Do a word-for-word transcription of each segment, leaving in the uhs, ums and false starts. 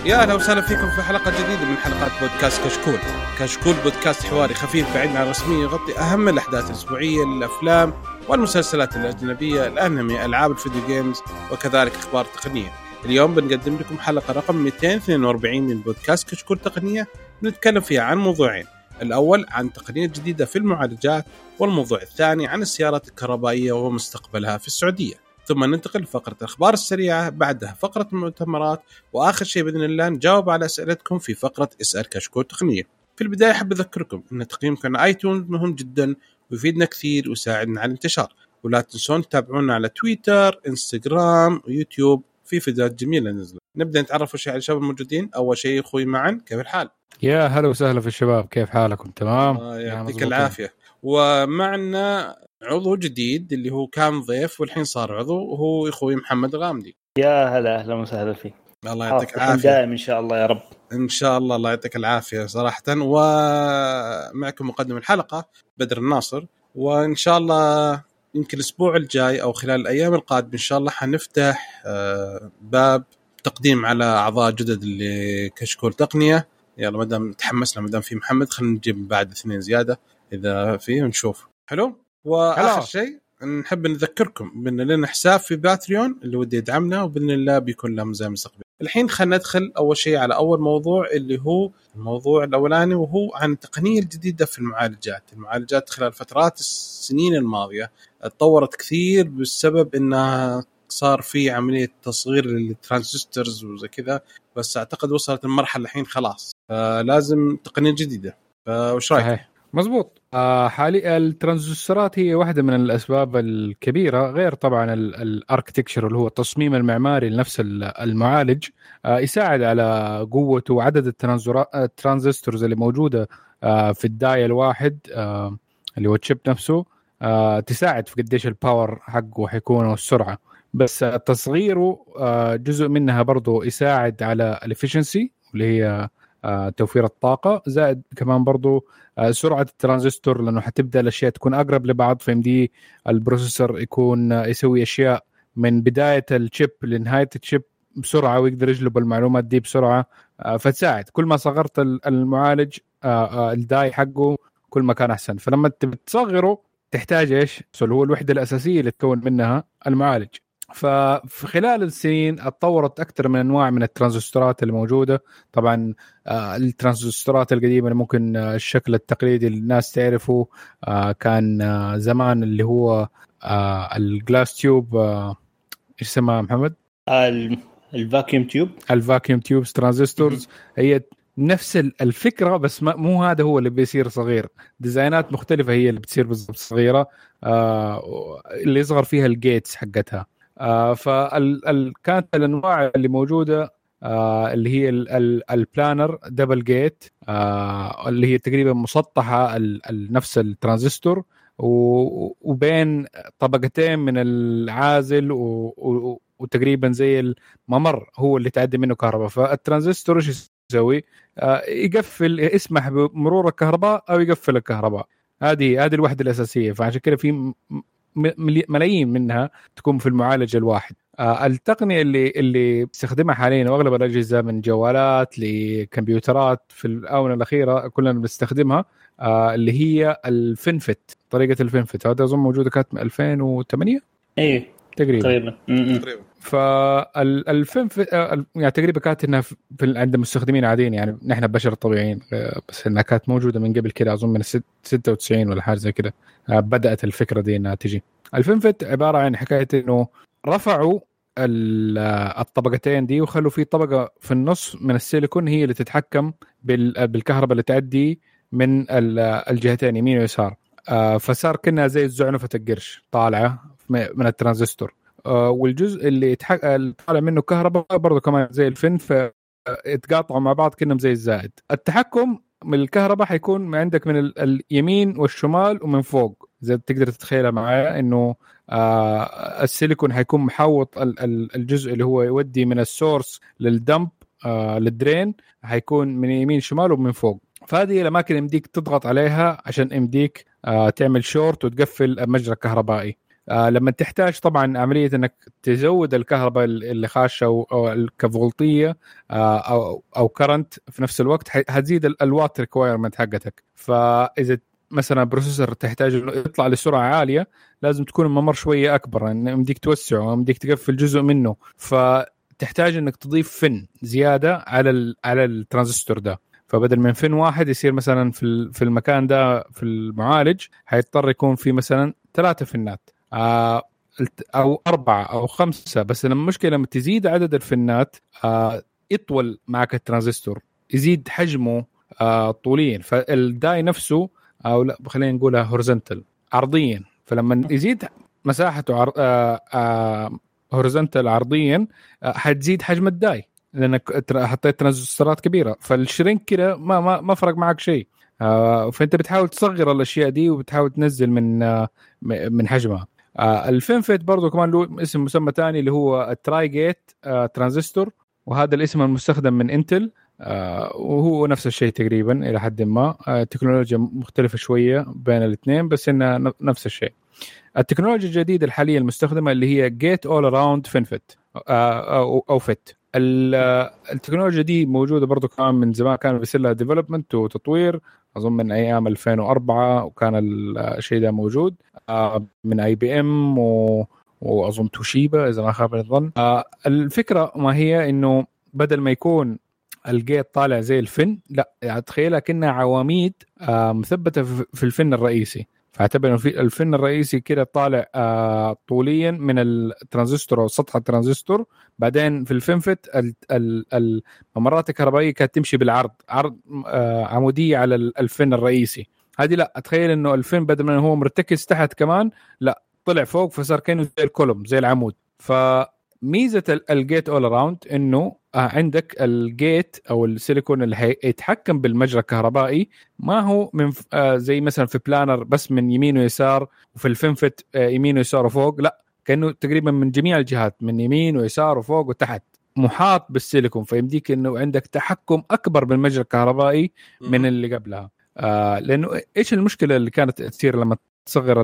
يا أهلا وسهلا فيكم في حلقة جديدة من حلقات بودكاست كشكول. كشكول بودكاست حواري خفيف بعيد عن الرسمية، يغطي أهم الأحداث الأسبوعية للأفلام والمسلسلات الأجنبية، الأنمي، ألعاب الفيديو جيمز، وكذلك أخبار تقنية. اليوم بنقدم لكم حلقة رقم مئتين واثنين وأربعين من بودكاست كشكول تقنية، بنتكلم فيها عن موضوعين. الأول عن تقنية جديدة في المعالجات، والموضوع الثاني عن السيارات الكهربائية ومستقبلها في السعودية. ثم ننتقل لفقرة الأخبار السريعة، بعدها فقرة المؤتمرات، وآخر شيء بإذن الله نجاوب على أسئلتكم في فقرة اسأل كشكول تقنية. في البداية أحب أذكركم أن تقييمكم على آيتونز مهم جدا ويفيدنا كثير ويساعدنا على الانتشار، ولا تنسون تتابعونا على تويتر، انستغرام ويوتيوب في فيديوهات جميلة نزلت. نبدأ نتعرف شيء على الشباب الموجودين. أول شيء أخوي معا، كيف الحال؟ يا هلا وسهلا في الشباب، كيف حالكم؟ تمام، آه يعطيك العافية. ومعنا عضو جديد اللي هو كان ضيف والحين صار عضو، وهو اخوي محمد الغامدي. يا هلا اهلا وسهلا فيك. الله يعطيك العافيه دائم ان شاء الله يا رب. ان شاء الله الله يعطيك العافيه صراحه. ومعكم مقدم الحلقه بدر الناصر، وان شاء الله يمكن الاسبوع الجاي او خلال الايام القادمه ان شاء الله حنفتح باب تقديم على اعضاء جدد لكشكول تقنيه. يلا مدام تحمسنا، مدام في محمد خلينا نجيب بعد اثنين زياده اذا فيه ونشوف. حلو. واخر شيء نحب نذكركم بان لنا حساب في باتريون اللي ودي يدعمنا، وباذن الله بيكون له مزايا مستقبليه. الحين خلينا ندخل اول شيء على اول موضوع اللي هو الموضوع الاولاني، وهو عن التقنيه الجديده في المعالجات. المعالجات خلال فترات السنين الماضيه تطورت كثير بسبب انها صار في عمليه تصغير للترانزستورز وزي كذا، بس اعتقد وصلت المرحله الحين خلاص فلازم تقنيه جديده. فوش رايك؟ مزبوط. آه حاليا الترانزستورات هي واحدة من الأسباب الكبيرة، غير طبعا الاركتكتشر اللي هو التصميم المعماري لنفس المعالج. آه يساعد على قوته وعدد الترانزستورز اللي موجودة آه في الداية الواحد آه اللي هو الشيب نفسه. آه تساعد في قديش الباور حقه حيكون والسرعة، بس تصغيره آه جزء منها برضو يساعد على الافيشنسي اللي هي آه توفير الطاقة، زائد كمان برضو آه سرعة الترانزستور، لأنه حتبدأ الأشياء تكون أقرب لبعض، فيمدي البروسيسور يكون آه يسوي أشياء من بداية الشيب لنهاية الشيب بسرعة، ويقدر يجلب المعلومات دي بسرعة. آه فتساعد كل ما صغرت المعالج آه آه الداي حقه كل ما كان أحسن. فلما تصغره تحتاج إيش؟ هو الوحدة الأساسية اللي تكون منها المعالج. ففي خلال السنين اتطورت أكثر من أنواع من الترانزستورات اللي موجودة. طبعا الترانزستورات القديمة اللي ممكن الشكل التقليدي اللي الناس تعرفه كان زمان اللي هو الجلاس تيوب، إيش اسمها محمد؟ الفاكيوم تيوب. الفاكيوم تيوبس ترانزستورز هي نفس الفكرة، بس مو هذا هو اللي بيصير صغير، ديزاينات مختلفة هي اللي بتصير بالضبط صغيرة، اللي يصغر فيها الجيتس حقتها. آه فال كانت الانواع اللي موجوده آه اللي هي البلانر دبل جيت، آه اللي هي تقريبا مسطحه نفس الترانزستور، وبين طبقتين من العازل وتقريبا زي الممر هو اللي تعدي منه كهرباء. فالترانزستور ايش يسوي؟ آه يقفل، يسمح بمرور الكهرباء او يقفل الكهرباء. هذه هذه الوحده الاساسيه. فعشان كده في ملايين منها تكون في المعالج الواحد. آه التقنية اللي اللي بستخدمها حاليا واغلب الأجهزة من جوالات لكمبيوترات في الآونة الأخيرة كلنا بنستخدمها، آه اللي هي الفينفت. طريقة الفينفت هذا أظن موجودة كانت من ألفين وثمانية ايه تقريبا تقريبا تقريبا. فالفينفت يعني تقريبا كانت انها في عند المستخدمين عاديين، يعني نحن بشر طبيعيين، بس انها كانت موجودة من قبل كده أظن من ستة وتسعين ولا حاجة زي كده بدأت الفكرة دي انها تجي. الفينفت عبارة عن حكاية انه رفعوا الطبقتين دي وخلوا في طبقة في النص من السيليكون هي اللي تتحكم بالكهرباء اللي تعدي من الجهتين يمين ويسار. فصار كنا زي الزعنفة القرش طالعة من الترانزستور، والجزء اللي طالع منه كهرباء برضو كمان زي الفن، فاتقاطعوا مع بعض كنهم زي الزائد. التحكم من الكهرباء حيكون عندك من اليمين والشمال ومن فوق، زي تقدر تتخيلها معايا انه آه السيليكون حيكون محوط الجزء اللي هو يودي من السورس للدمب آه للدرين، حيكون من يمين شمال ومن فوق. فهذه الاماكن يمديك تضغط عليها عشان يمديك آه تعمل شورت وتقفل المجرى الكهربائي. آه لما تحتاج طبعا عمليه انك تزود الكهرباء اللي خاشه او, أو كفولتيه آه او او كرنت في نفس الوقت هتزيد الوات ريكوايرمنت حقتك. فاذا مثلا بروسيسور تحتاج انه يطلع لسرعه عاليه لازم تكون الممر شويه اكبر، يعني يمديك توسعه يمديك تقفل جزء منه، فتحتاج انك تضيف فن زياده على على الترانزستور ده. فبدل من فن واحد يصير مثلا في في المكان ده في المعالج هيضطر يكون في مثلا ثلاثة فنات او أربعة او خمسة. بس لما المشكله لما تزيد عدد الفنات يطول معك الترانزستور، يزيد حجمه طوليا، فالداي نفسه او لا خلينا نقولها هوريزونتال عرضيا، فلما يزيد مساحته عر... هوريزونتال عرضيا حتزيد حجم الداي لانك حطيت ترانزستورات كبيره، فالشرينك كده ما ما ما فرق معك شيء. آه فانت بتحاول تصغر الاشياء دي وبتحاول تنزل من آه من حجمها. آه الفينفيت برضو كمان له اسم مسمى ثاني اللي هو التراي جيت آه ترانزستور، وهذا الاسم المستخدم من انتل، آه وهو نفس الشيء تقريبا الى حد ما. آه تكنولوجيا مختلفه شويه بين الاثنين بس انها نفس الشيء. التكنولوجيا الجديدة الحالية المستخدمة اللي هي Gate All Around FinFET أو أو فيت. التكنولوجيا دي موجودة برضو كمان من زمان، كان بيصير لها ديفلوبمنت وتطوير أظن من أيام ألفين وأربعة، وكان الشيء ده موجود من اي بي ام و... وأظن توشيبا إذا ما خاب الظن. الفكرة ما هي إنه بدل ما يكون الجيت طالع زي الفن، لا يعني تخيلها كأنها عواميد مثبتة في الفن الرئيسي، فاعتبر انه في الفن الرئيسي كده طالع آه طوليا من الترانزستور او سطح الترانزستور. بعدين في الفنفت الممرات الكهربائيه كانت تمشي بالعرض عرض آه عموديه على الفن الرئيسي. هذه لا اتخيل انه الفن بدل ما هو مرتكز تحت كمان لا طلع فوق، فصار كانه زي الكولوم زي العمود. فميزه الجيت اول اراوند انه عندك الجيت او السيليكون اللي هيتحكم بالمجرى الكهربائي ما هو من زي مثلا في بلانر بس من يمين ويسار، وفي الفنفت يمين ويسار وفوق، لا كانه تقريبا من جميع الجهات، من يمين ويسار وفوق وتحت، محاط بالسيليكون، فيمديك انه عندك تحكم اكبر بالمجرى الكهربائي من اللي قبلها. آه لانه ايش المشكله اللي كانت تصير لما تصغر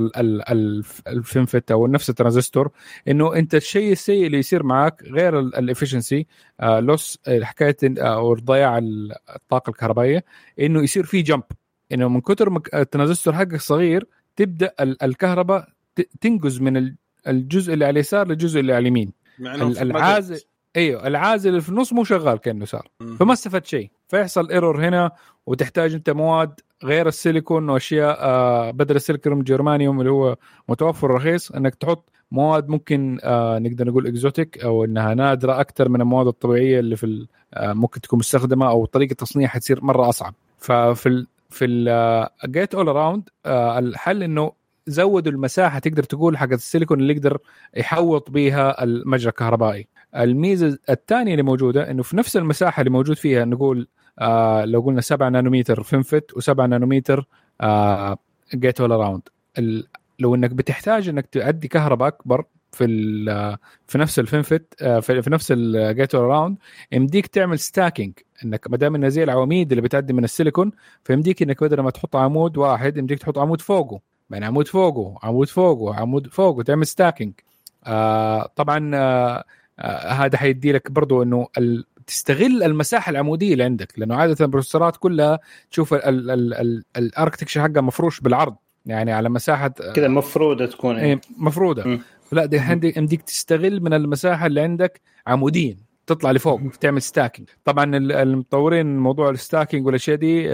الفنفت او نفس الترانزستور؟ انه انت الشيء السيء اللي يصير معك غير الافشنسي آه لوس حكايه او ضياع الطاقه الكهربائيه، انه يصير في جمب، انه من كتر الترانزستور حقك صغير تبدا الكهرباء تنقز من الجزء اللي على اليسار للجزء اللي على اليمين. العازل ايوه العازل اللي في النص مو شغال كانه صار، فما استفدت شيء، فيحصل ايرور هنا، وتحتاج انت مواد غير السيليكون واشياء آه بدل السيليكون جيرمانيوم اللي هو متوفر رخيص، انك تحط مواد ممكن آه نقدر نقول اكزوتيك او انها نادره اكثر من المواد الطبيعيه اللي في آه ممكن تكون مستخدمه، او طريقه التصنيع حتصير مره اصعب. ففي ال في الجيت اول اراوند الحل انه زودوا المساحه تقدر تقول حق السيليكون اللي يقدر يحوط بها المجرى الكهربائي. الميزه الثانيه اللي موجوده انه في نفس المساحه اللي موجود فيها نقول آه لو قلنا سبعة نانومتر فنفت وسبعة نانومتر آه جيت اول اراوند، لو انك بتحتاج انك تؤدي كهرباء اكبر في في نفس الفنفت آه في, في نفس الجيت اول اراوند، يمديك تعمل ستاكينج، انك ما دام انها زي العواميد اللي بتأدي من السيليكون، فيمديك انك بدل ما تحط عمود واحد يمديك تحط عمود فوقه، بين عمود فوقه عمود فوقه عمود فوقه وتعمل ستاكينج. آه طبعا آه آه هذا حيدي لك برضو انه ال تستغل المساحه العموديه اللي عندك، لانه عاده البروسيسورات كلها تشوف الاركتكشر حقها مفروش بالعرض، يعني على مساحه كذا مفروده تكون ايه مفروده م. لا دي عندك عندك تستغل من المساحه اللي عندك عموديا تطلع لفوق تعمل ستاكينج. طبعا المطورين موضوع الستاكينج والاشياء دي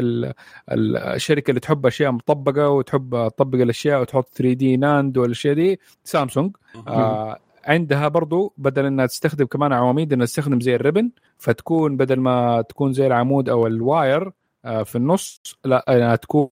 الشركه اللي تحب اشياء مطبقه وتحب تطبق الاشياء وتحط ثري دي ناند والاشياء دي سامسونج آه عندها برضو بدل انها تستخدم كمان عواميد انها تستخدم زي الريبن، فتكون بدل ما تكون زي العمود او الواير آه في النص، لا انها تكون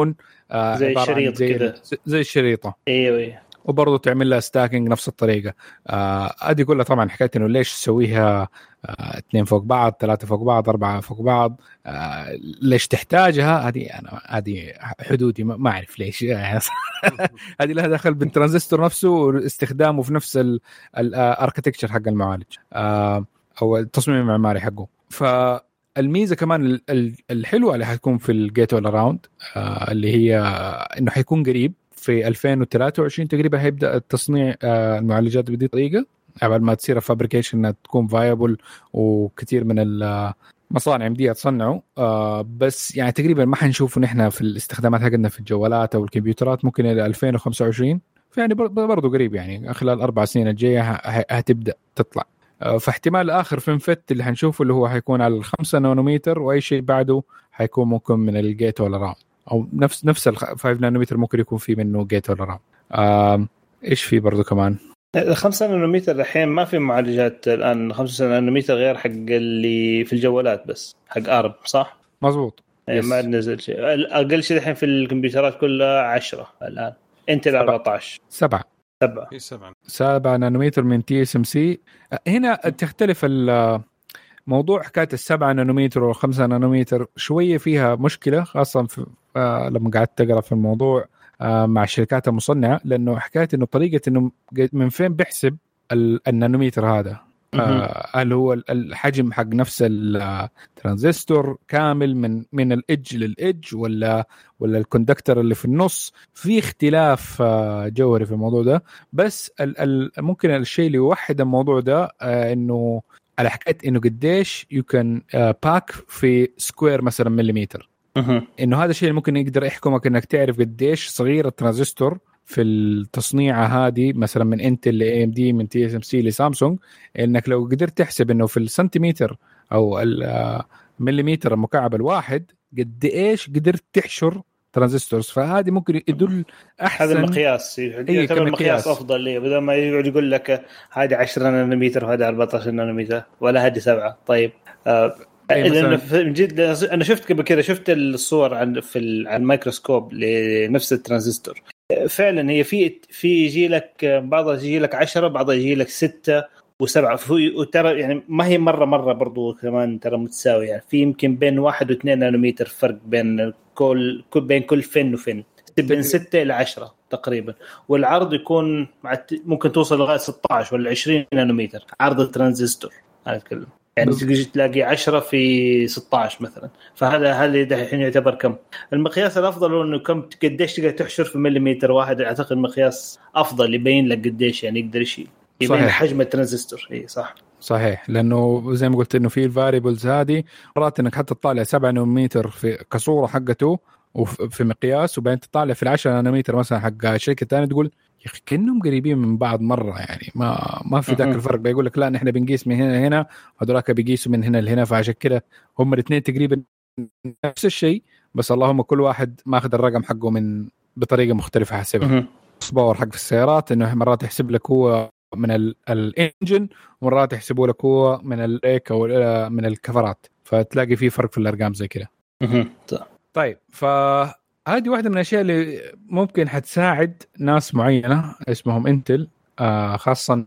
آه زي الشريط كذا زي الشريطه. ايوه وبرضه تعمل لها ستاكينج نفس الطريقه. ادي آه كلها طبعا حكايه انه ليش تسويها آه اثنين فوق بعض، ثلاثه فوق بعض، اربعه فوق بعض، آه ليش تحتاجها؟ هذه انا هذه حدودي ما اعرف ليش يعني هذه لها دخل بالترانزستور نفسه واستخدامه في نفس الاركتكتشر حق المعالج آه او التصميم المعماري حقه. فالميزه كمان الحلوه اللي حتكون في الجيت اول اراوند آه اللي هي انه حيكون قريب في ألفين وثلاثة وعشرين تقريبا هيبدا التصنيع المعالجات بهذه الطريقه قبل ما تصير فابريكيشن انها تكون فايبل، وكثير من المصانع مديها تصنعوا. بس يعني تقريبا ما حنشوفه نحن في الاستخدامات حقنا في الجوالات او الكمبيوترات ممكن الى ألفين وخمسة وعشرين، يعني برضو قريب، يعني خلال أربع سنين الجايه هتبدا تطلع. فاحتمال آخر فينفت اللي هنشوفه اللي هو هيكون على الخمسة نانومتر، وأي شيء بعده هيكون ممكن من الجيت ولا رام، أو نفس نفس الخمسة نانومتر ممكن يكون في منه جيت ولا رام. آه إيش في برضو كمان الخمسة نانومتر الحين ما في معالجات الآن خمسة نانومتر غير حق اللي في الجوالات بس حق أرب، صح؟ مظبوط. ما نزل شيء. أقل شيء الحين في الكمبيوترات كلها عشرة الآن، أنت أربعة عشر سبعة سبعة سبعة سبعة نانومتر من تي اس ام سي. هنا تختلف الموضوع، حكاية السبعة نانومتر والخمسة نانومتر شوية فيها مشكلة، خاصة في آه لما قعدت أقرأ في الموضوع آه مع الشركات المصنعة، لأنه حكاية إنه طريقة إنه من فين بيحسب النانومتر هذا، آه هل هو الحجم حق نفس الترانزستور كامل من من الإدج للإدج، ولا ولا الكوندكتر اللي في النص؟ في اختلاف آه جوهري في الموضوع ده. بس ال ال ممكن الشيء اللي يوحد الموضوع ده آه إنه على حكاية إنه قديش you can uh, pack في سكوير مثلا مليمتر، إنه هذا الشيء اللي ممكن يقدر يحكمك إنك تعرف قديش صغير الترانزستور في التصنيعة هذه، مثلا من انتل ل إيه إم دي، من تي اس إم سي لسامسونج. إنك لو قدرت تحسب إنه في السنتيمتر أو المليمتر المكعب الواحد قد إيش قدرت تحشر ترانزستورز، فهذه ممكن يدل أحسن. هذا المقياس يعتبر مقياس أفضل ليه، بدل ما يقعد يقول لك هذه عشرة نانومتر وهذا أربعة عشر نانومتر ولا هذه سبعة. طيب آه لأن من جد أنا شفت قبل كذا، شفت الصور عن في على الميكروسكوب لنفس الترانزستور، فعلا هي في في يجي لك بعضها يجي لك عشرة، بعضها يجي لك ستة وسبعة، وترى يعني ما هي مرة مرة برضو كمان ترى متساوية، يعني في يمكن بين واحد واثنين نانومتر فرق بين كل بين كل فن وفن، بين ستة إلى عشرة تقريبا. والعرض يكون ممكن توصل لغاية ستة عشر ولا عشرين نانومتر عرض الترانزستور. أنا أتكلم يعني تجي تلاقي عشرة في ستة عشر مثلا، فهذا هل ده الحين يعتبر كم؟ المقياس الأفضل هو إنه كم قديش تقدر تحشر في مليمتر واحد. أعتقد مقياس أفضل يبين لك قديش يعني يقدر يشيل، يبين حجم الترانزستور. إيه صح صحيح، لأنه زي ما قلت إنه في الفاريبلز هذه مرات إنك حتى تطالع سبعة نانومتر في كصورة حقته وفي مقياس، وبين تطالع في العشرة نانومتر مثلا حق شركة تانية تقول يا أخي كأنهم قريبين من بعض مرة، يعني ما ما في ذاك الفرق. بيقول لك لا نحن بنقيس من هنا لهنا، هذولاك بيقيسوا من هنا لهنا، فعشان كده هم الاثنين تقريبا نفس الشيء، بس اللهم كل واحد ماخذ الرقم حقه من بطريقة مختلفة حسبها. باور حق في السيارات إنه مرات يحسب لك هو من الانجن، ومرات يحسبوا لك هو من الايك او من الكفرات، فتلاقي فيه فرق في الارقام زي كده. طيب فهذه واحدة من الاشياء اللي ممكن حتساعد ناس معينة اسمهم انتل، آه خاصة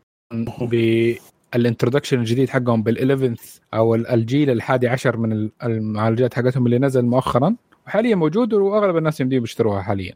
بالانترودكشن الجديد حقهم بالإليفنث او الجيل الحادي عشر من المعالجات حقتهم اللي نزل مؤخرا وحاليا موجود، واغلب الناس يمديهم يشتروها حاليا.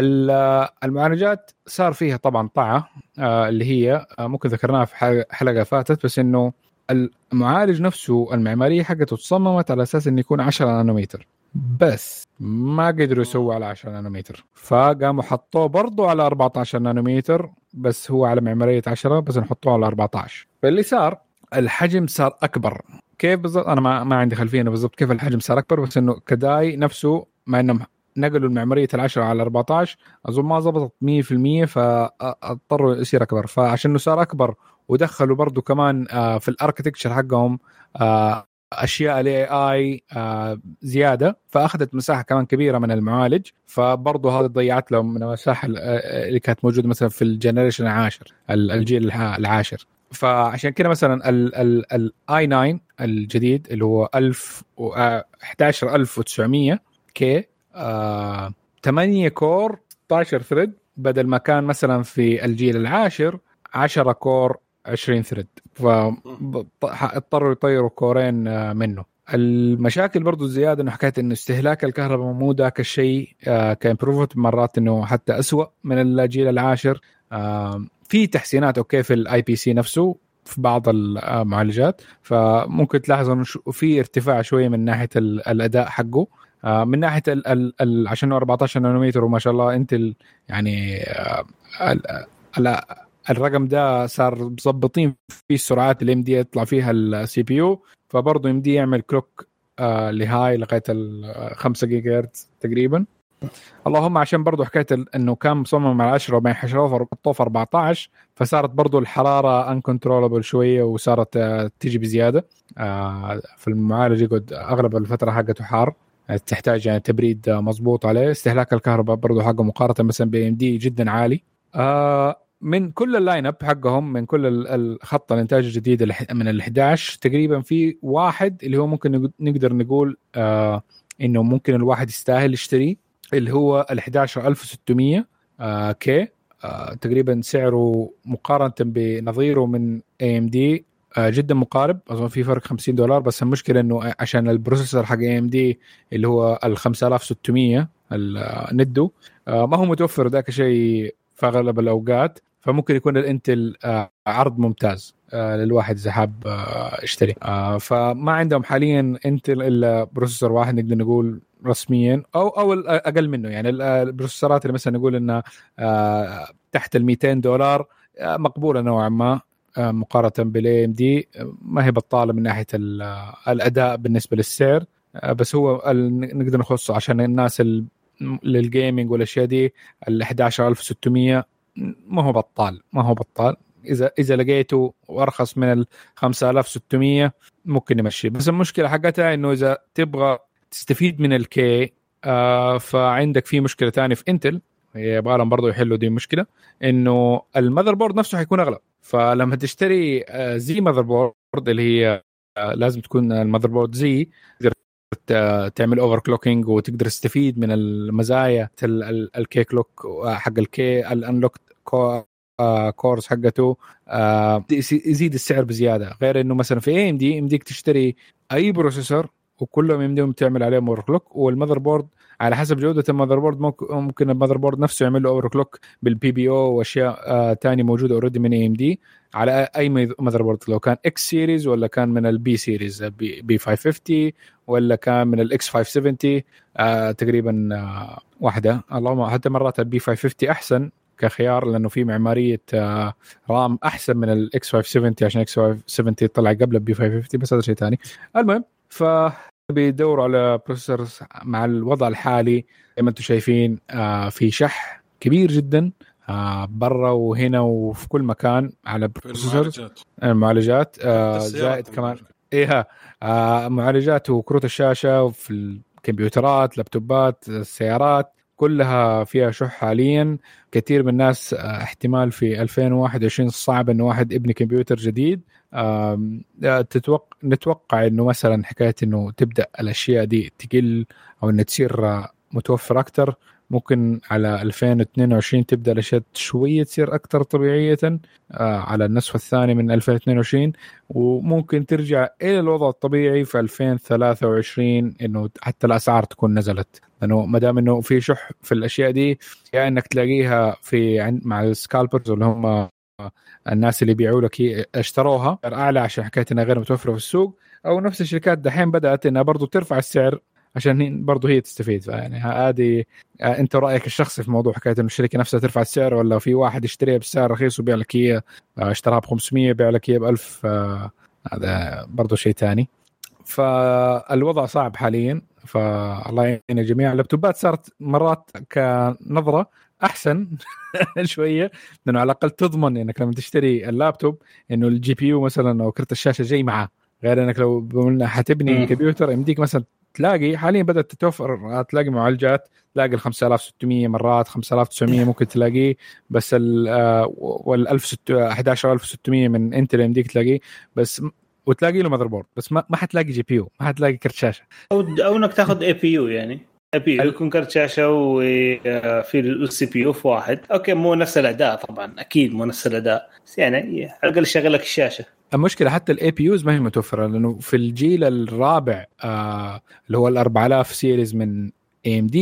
المعالجات صار فيها طبعا طاعة آه اللي هي آه ممكن ذكرناها في حلقة فاتت، بس انه المعالج نفسه المعمارية حقته تصممت على اساس انه يكون عشرة نانومتر، بس ما قدروا يسووا على عشرة نانومتر، فقاموا حطوه برضو على أربعة عشر نانومتر، بس هو على معمارية عشرة بس نحطوه على أربعة عشر. فاللي صار الحجم صار أكبر. كيف بالضبط أنا ما, ما عندي خلفية بالضبط كيف الحجم صار أكبر، بس إنه كداي نفسه مع إنهم نقلوا المعمارية العشرة على أربعة عشر أظن ما زبطت مية في المية، فاضطروا يصير أكبر. فعشان إنه صار أكبر ودخلوا برضو كمان في الاركتكتشر حقهم اشياء الاي اي زياده، فاخذت مساحه كمان كبيره من المعالج، فبرضو هذا ضيعت لهم من المساحه اللي كانت موجوده مثلا في الجنريشن العاشر الجيل العاشر. فعشان كده مثلا الاي تسعة الجديد اللي هو ألف وأحد عشر ألف وتسعمية كي ثمانية كور ستة عشر ثريد، بدل ما كان مثلا في الجيل العاشر عشرة كور عشرين ثريد، فاضطروا يطيروا كورين منه. المشاكل برضو الزيادة انه حكاية انه استهلاك الكهرباء مو ذاك الشيء، كان بروفت مرات انه حتى أسوأ من الجيل العاشر. في تحسينات اوكي في الاي بي سي نفسه في بعض المعالجات، فممكن تلاحظوا انه في ارتفاع شوية من ناحية الاداء حقه، آه من ناحيه ال ال ال عشان أربعة عشر نانومتر وما شاء الله انتل يعني آه ال ال الرقم ده صار مظبطين فيه السرعات اللي ام دي يطلع فيها السي بي يو، فبرضه ام دي يعمل كلوك آه لهاي لغايه ال خمسة جيجا هرتز تقريبا. اللهم عشان برضو حكايه انه كان مصمم على عشرة وبعدين حشروه في أربعة عشر، فصارت برضو الحراره انكنترولبل شويه وصارت تيجي بزياده في المعالج. يقعد اغلب الفتره حقته حار، تحتاج يعني تبريد مضبوط عليه. استهلاك الكهرباء برضو حقه مقارنه مثلا بي ام دي جدا عالي. من كل اللاين اب حقهم، من كل الخط الانتاج الجديد من ال إحدى عشر تقريبا، في واحد اللي هو ممكن نقدر نقول انه ممكن الواحد يستاهل يشتريه، اللي هو ال إحدى عشر ألف وستمية آه كي آه تقريبا سعره مقارنة بنظيره من إيه إم دي آه جدا مقارب، أظن في فرق خمسين دولار. بس المشكلة إنه عشان البروسيسور حق إيه إم دي اللي هو ال خمسة آلاف وستمية الندو آه ما هو متوفر ذاك شيء في أغلب الأوقات، فممكن يكون الانتل آه عرض ممتاز آه للواحد إذا حاب آه يشتري. آه فما عندهم حاليا انتل إلا بروسيسور واحد نقدر نقول رسميا او او اقل منه. يعني البروسيسورات اللي مثلا نقول انها تحت ال مئتين دولار مقبوله نوعا ما مقارنه بالاي ام دي، ما هي بطاله من ناحيه الاداء بالنسبه للسعر. بس هو نقدر نخصه عشان الناس للجيمنج والاشياء دي ال إحدى عشر ألف وستمية ما هو بطال، ما هو بطال. اذا اذا لقيته وارخص من ال خمسة آلاف وستمية ممكن نمشي. بس المشكله حقتها انه اذا تبغى تستفيد من الكي آه فعندك في مشكله ثانيه في انتل، يبغى لهم برضو يحلوا دي المشكله، انه المذر بورد نفسه حيكون اغلى. فلما تشتري آه زي مذر بورد اللي هي آه لازم تكون المذر بورد زي تقدر تعمل اوفر كلوكينج وتقدر تستفيد من المزايا الكي كلوك حق الكي الانلوك آه كورس حقته آه يزيد السعر بزياده. غير انه مثلا في اي ام دي يمديك تشتري اي بروسيسور وكلهم يمديهم تعمل عليه اوفر كلوك، والمذر بورد على حسب جوده المذر بورد ممكن المذر بورد نفسه يعمل له اوفر كلوك بالبي بي او واشياء آه تاني موجوده اوريدي من اي ام دي على اي مذر بورد، لو كان اكس سيريز ولا كان من البي سيريز بي خمسمية وخمسين ولا كان من الاكس خمسمية وسبعين آه تقريبا آه واحده. اللهم حتى مرات البي خمسمية وخمسين احسن كخيار لانه في معماريه آه رام احسن من الاكس خمسمية وسبعين عشان اكس خمسمية وسبعين طلع قبل البي خمسمية وخمسين، بس هذا شيء ثاني. المهم ف بيدوروا على بروسيسورز مع الوضع الحالي زي ما انتم شايفين آه في شح كبير جدا آه برا وهنا وفي كل مكان على بروسيسورز المعالجات آه زائد كمان ايه آه معالجات وكروت الشاشه وفي الكمبيوترات لابتوبات السيارات كلها فيها شح حاليا. كثير من الناس آه احتمال في ألفين وواحد وعشرين صعب انه واحد يبني كمبيوتر جديد. تتوقع نتوقع انه مثلا حكايه انه تبدا الاشياء دي تقل او ان تصير متوفر اكثر، ممكن على ألفين واثنين وعشرين تبدا الاشياء شويه تصير اكثر طبيعيه على النصف الثاني من ألفين واثنين وعشرين، وممكن ترجع الى الوضع الطبيعي في ألفين وثلاثة وعشرين انه حتى الاسعار تكون نزلت. لانه ما دام انه في شح في الاشياء دي يا يعني انك تلاقيها في عند مع السكالبرز اللي هم الناس اللي يبيعوا لك اشتروها اعلى عشان حكايه انها غير متوفره في السوق، او نفس الشركات دحين بدات انها برضو ترفع السعر عشان برضو هي تستفيد. يعني هذه انت رايك الشخصي في موضوع حكايه انه الشركه نفسها ترفع السعر، ولا في واحد يشتريها بسعر رخيص وبيع لك هي اشتراها ب خمسمية يبيع لك هي ب ألف؟ هذا برضو شيء ثاني. فالوضع صعب حاليا، فالله يعين الجميع. اللابتوبات صارت مرات كنظره احسن شويه، لانه على الاقل تضمن انك لما تشتري اللابتوب انه الجي بي يو مثلا او كرت الشاشه جاي معاه، غير انك لو قلنا حتبني كمبيوتر يمديك مثلا تلاقي حاليا بدات تتوفر تلاقي معالجات، تلاقي ال خمسة آلاف وستمية مرات خمسة آلاف وتسعمية ممكن تلاقيه، بس ال وال إحدى عشر ألف وستمية من انتل يمديك تلاقيه بس، وتلاقي له ماذر بورد بس ما ما حتلاقي جي بي يو، ما حتلاقي كرت شاشه، او او انك تاخذ اي بي يو يعني اي بي يو يكون كرت شاشه وفي السي بي يو في واحد. اوكي مو نفس الاداء طبعا، اكيد مو نفس الاداء، بس يعني على الاقل يشغل لك الشاشه. المشكله حتى الاي بي يوز ما هي متوفره، لانه في الجيل الرابع آه اللي هو ال أربعة آلاف سيريز من اي ام دي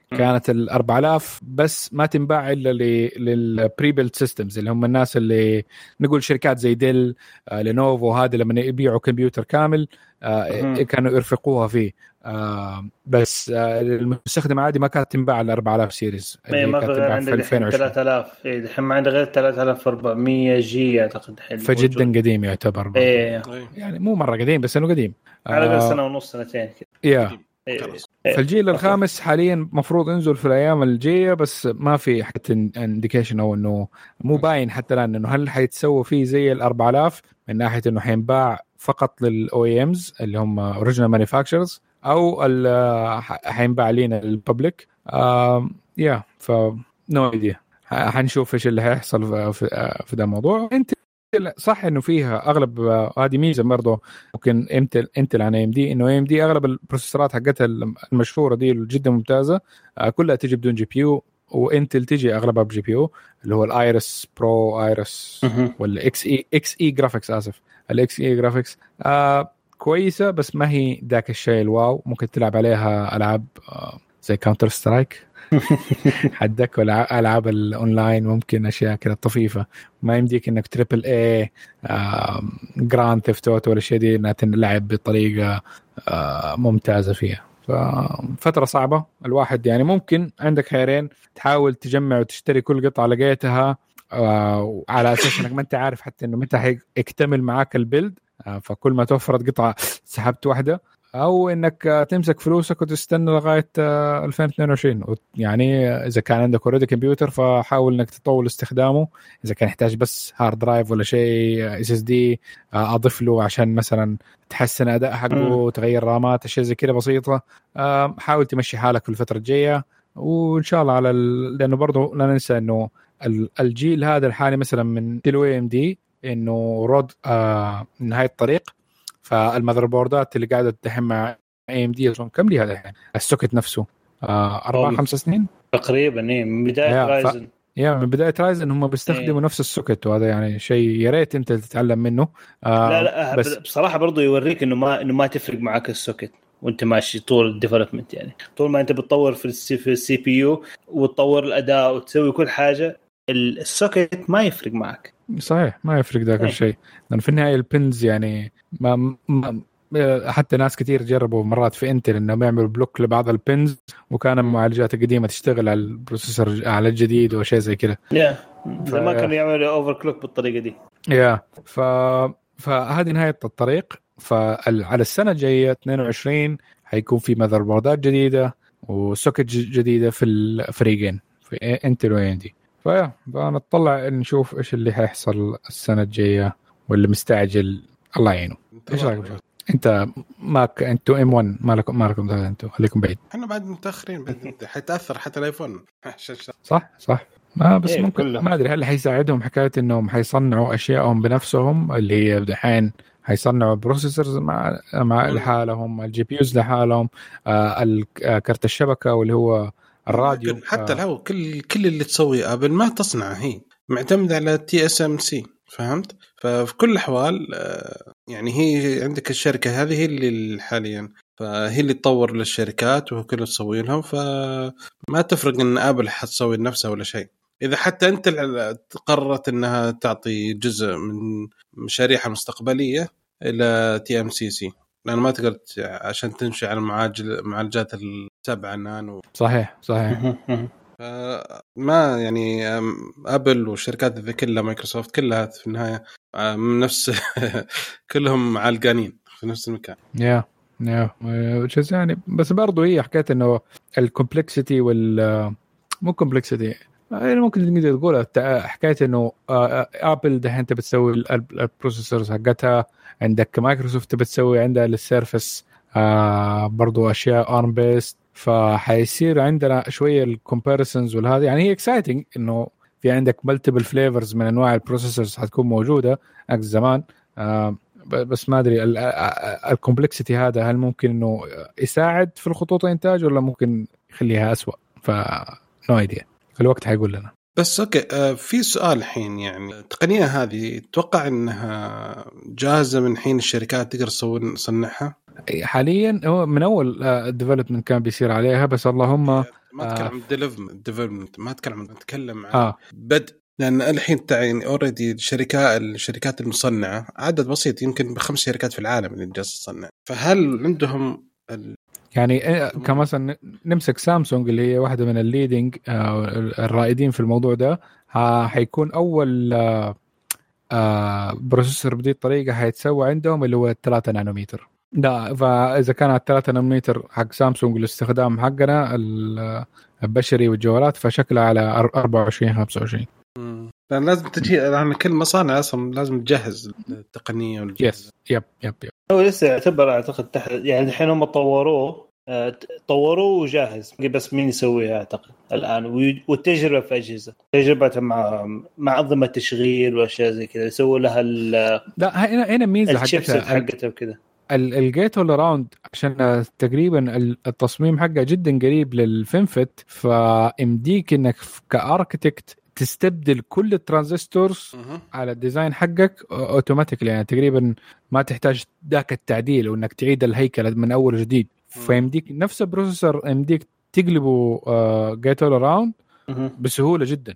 كانت ال أربعة آلاف بس ما تنباع الا للبري بيلد سيستمز اللي هم الناس اللي نقول شركات زي ديل آه لينوفو هذه لما يبيعوا كمبيوتر كامل آه كانوا يرفقوها فيه آه بس آه المستخدم عادي ما كانت تنباع ال أربعة آلاف سيريز ما كانت تنباع في ألفين وعشرين ثلاثة آلاف إيه الحين ما عنده غير ثلاثة آلاف وأربعمية جي اعتقد حلو فجدا قديم يعتبر إيه. يعني مو مره قديم بس انه قديم على الاقل آه سنه ونص سنتين كذا يا فالجيل الخامس حاليا مفروض ينزل في الايام الجايه بس ما في حتى انديكيشن او انه مو باين حتى الان انه هل حيتسوى فيه زي ال أربعة آلاف من ناحيه انه حينباع فقط للاو اي امز اللي هم اوريجينال مانيفاكتشرز او حينباع لينا للببليك آه يا ف نو ايديا حنشوف ايش اللي هيحصل في في ده الموضوع. انت صح انه فيها اغلب هذه ميزه برضه ممكن انتل انتل عن اي ام دي انه اي ام دي اغلب البروسيسورات حقتها المشهوره دي جدا ممتازه كلها تجي بدون جي بي يو وانتل تجي اغلبها بجي بي يو اللي هو الايرس برو ايرس ولا اكس اي اكس اي جرافيكس اسف الاكس اي جرافيكس آه كويسه بس ما هي ذاك الشيء الواو. ممكن تلعب عليها العاب آه زي كاونتر سترايك حدك ولا العاب الاونلاين ممكن اشياء كده طفيفه ما يمديك انك تريبل اي جراند ثيفت اوتو ولا شيء دي انها تلعب بطريقه ممتازه فيها. ففتره صعبه الواحد يعني ممكن عندك خيارين تحاول تجمع وتشتري كل قطعه لقيتها على اساس انك ما انت عارف حتى انه متى هيكتمل معاك البيلد فكل ما توفرت قطعه سحبت واحده او انك تمسك فلوسك وتستنى لغايه ألفين واثنين وعشرين. يعني اذا كان عندك اوريدي كمبيوتر فحاول انك تطول استخدامه اذا كان يحتاج بس هارد درايف ولا شيء اس اس دي اضيف له عشان مثلا تحسن اداء حقه وتغير رامات اشياء زي كده بسيطه. حاول تمشي حالك في الفتره الجايه وان شاء الله على ال... لانه برضه لا ننسى انه الجيل هذا الحالي مثلا من تيلو اي ام دي انه رود آه نهايه الطريق. فالمذر بوردات اللي قاعده تدحم مع اي ام دي اصلا كم لي هذا الحين السوكت نفسه آه أربعة خمسة سنين تقريبا ايه من بدايه رايزن ف... يا من بدايه رايزن هم بيستخدموا إيه. نفس السوكت وهذا يعني شيء يا ريت انت تتعلم منه آه لا لا بس بصراحه برضو يوريك انه ما انه ما تفرق معك السوكت وانت ماشي طول الديفلوبمنت. يعني طول ما انت بتطور في السي في السي بي يو وتطور الاداء وتسوي كل حاجه السوكت ما يفرق معك. صحيح ما يفرق ذاك الشيء لأن في النهاية البنز يعني ما, ما حتى ناس كتير جربوا مرات في انتل انهم يعملوا بلوك لبعض البنز وكان المعالجات القديمة تشتغل على البروسيسور على الجديد وشيء زي كده. yeah. ف... ما كانوا يعملوا اوفر كلوك بالطريقة دي. يا yeah. ف... فهذه نهاية الطريق. فعلى السنة الجاية اثنين وعشرين هيكون في ماذر بوردات جديدة وسوكت جديدة في الفريقين في انتل و اي ام دي. فيا فنطلع نشوف ايش اللي هيحصل السنه الجايه واللي مستعجل الله يعينه. ايش رايك انت ماك انتوا ام واحد ما لكم ما لكم انتوا خليكم بعيد احنا بعد متاخرين حيتاثر حتى الايفون صح صح ما بس إيه ممكن كله. ما ادري هل حيساعدهم حكايه انهم حيصنعوا اشيائهم بنفسهم اللي هي دحين حيصنعوا بروسيسورز مع مع لحالهم الجي بي يوز لحالهم آه كرت الشبكه واللي هو الراديو حتى لو آه. كل كل اللي تسويه ابل ما تصنع هي معتمد على تي اس ام سي فهمت. ففي كل الاحوال يعني هي عندك الشركه هذه اللي حاليا فهي اللي تطور للشركات وكل تسوي لهم فما تفرق ان ابل حتسوي لنفسها ولا شيء. اذا حتى انت قررت انها تعطي جزء من مشاريعها المستقبليه الى تي ام سي سي لأن ما تقدر عشان تمشي على المعالج معالجات السبعة نانو. صحيح صحيح. ما يعني أبل والشركات ذي كلها مايكروسوفت كلها في النهاية من نفس كلهم عالقانين في نفس المكان. يا يا يعني بس برضو هي حكاية إنه الكومبلكسيتي وال مو كومبلكسيتي يعني ممكن تقدر تقول حكاية إنه أبل ده أنت بتسوي البروسيسورز حقتها عندك مايكروسوفت بتسوي عندها للسيرفس آه برضو أشياء ARM based فحيصير عندنا شوية الكومباريسونز والهذا يعني هي exciting إنه في عندك multiple flavors من أنواع البروسيسورز حتكون موجودة عكس زمان آه بس ما أدري الكومبلكسيتي هذا هل ممكن إنه يساعد في الخطوط الإنتاج ولا ممكن يخليها أسوأ فنو idea الوقت حيقول لنا. بس اوكي آه في سؤال الحين يعني التقنيه هذه تتوقع انها جاهزه من حين الشركات تقدر تصنعها؟ حاليا هو من اول الديفلوبمنت كان بيصير عليها بس اللهم ما اتكلم عن ديفلوبمنت، ما اتكلم عن اتكلم عن آه. بدء، لان الحين تعين اوريدي الشركات الشركات المصنعه عدد بسيط، يمكن بخمس شركات في العالم اللي جالسه تصنع. فهل عندهم ال... يعني كمثلا نمسك سامسونج اللي هي واحده من الليدنج الرائدين في الموضوع ده، حيكون اول بروسيسور بدي الطريقه حيتسوى عندهم اللي هو ثلاثة نانومتر. لا فاذا كان على ثلاثة نانومتر حق سامسونج الاستخدام حقنا البشري والجوالات، فشكلها على أربعة وعشرين خمسة وعشرين. لأن لازم تجي، يعني كل مصانع أصلا لازم تجهز التقنية والجهاز. يب يب يب. هو لسه يعتبر أعتقد تحت، يعني الحين هم طوروه طوروه وجاهز، بس مين يسويها أعتقد الآن، والتجربة في أجهزة، تجربة مع مع أنظمة تشغيل وأشياء زي كذا يسووا لها ال لا هنا هنا ميزة حقتها حقتها وكذا. الجيت اول راوند عشان تقريبا التصميم حقه جدا قريب للفينفت، فامديك انك كاركتكت تستبدل كل الترانزستورز على الديزاين حقك اوتوماتيكلي، يعني تقريبا ما تحتاج ذاك التعديل وانك تعيد الهيكل من اول جديد. فيمديك نفس البروسيسور يمديك تقلبه جيت اول راوند بسهوله جدا،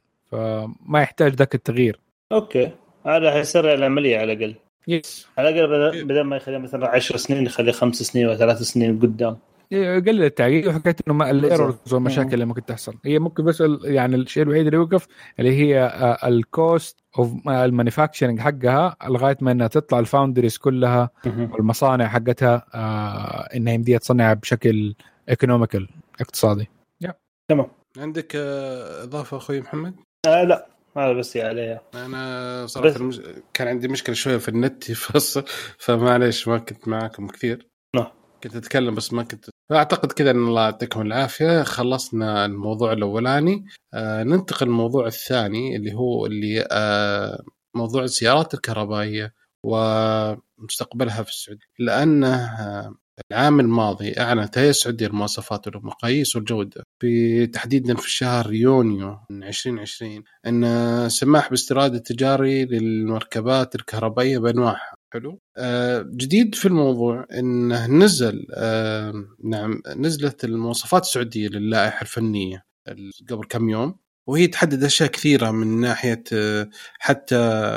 فما يحتاج ذاك التغيير. اوكي هذا حيسرع العمليه على الاقل. يس على الاقل بدل ما يخليها مثلا عشر سنين يخليه خمس سنين وثلاث سنين قدام، يقلل التعقيد. وحكيت انه ما الايرورز والمشاكل اللي ممكن تحصل هي ممكن بس يعني الشيء الوحيد اللي يوقف اللي هي الكوست اوف المانيفاكتشرنج حقها لغايه ما انها تطلع الفاوندريز كلها والمصانع حقتها انها يمديها تصنع بشكل ايكونوميكال اقتصادي. yeah. تمام. عندك اضافه اخوي محمد؟ آه لا هذا بس عليها. انا صراحه المج... كان عندي مشكله شويه في النت يفصل، فمعليش ما كنت معاكم كثير. نعم كنت اتكلم بس ما كنت. اعتقد كذا ان الله يعطيكم العافيه، خلصنا الموضوع الاولاني. آه ننتقل للموضوع الثاني اللي هو اللي آه موضوع السيارات الكهربائيه ومستقبلها في السعوديه، لانه آه العام الماضي اعلنت هيئه السعوديه للمواصفات والمقاييس والجوده في تحديدا في شهر يونيو من عشرين عشرين ان سماح باستيراد التجاري للمركبات الكهربائيه بانواعها. حلو. آه جديد في الموضوع انه نزل آه نعم نزلت المواصفات السعوديه للائحه الفنيه قبل كم يوم، وهي تحدد اشياء كثيره من ناحيه آه حتى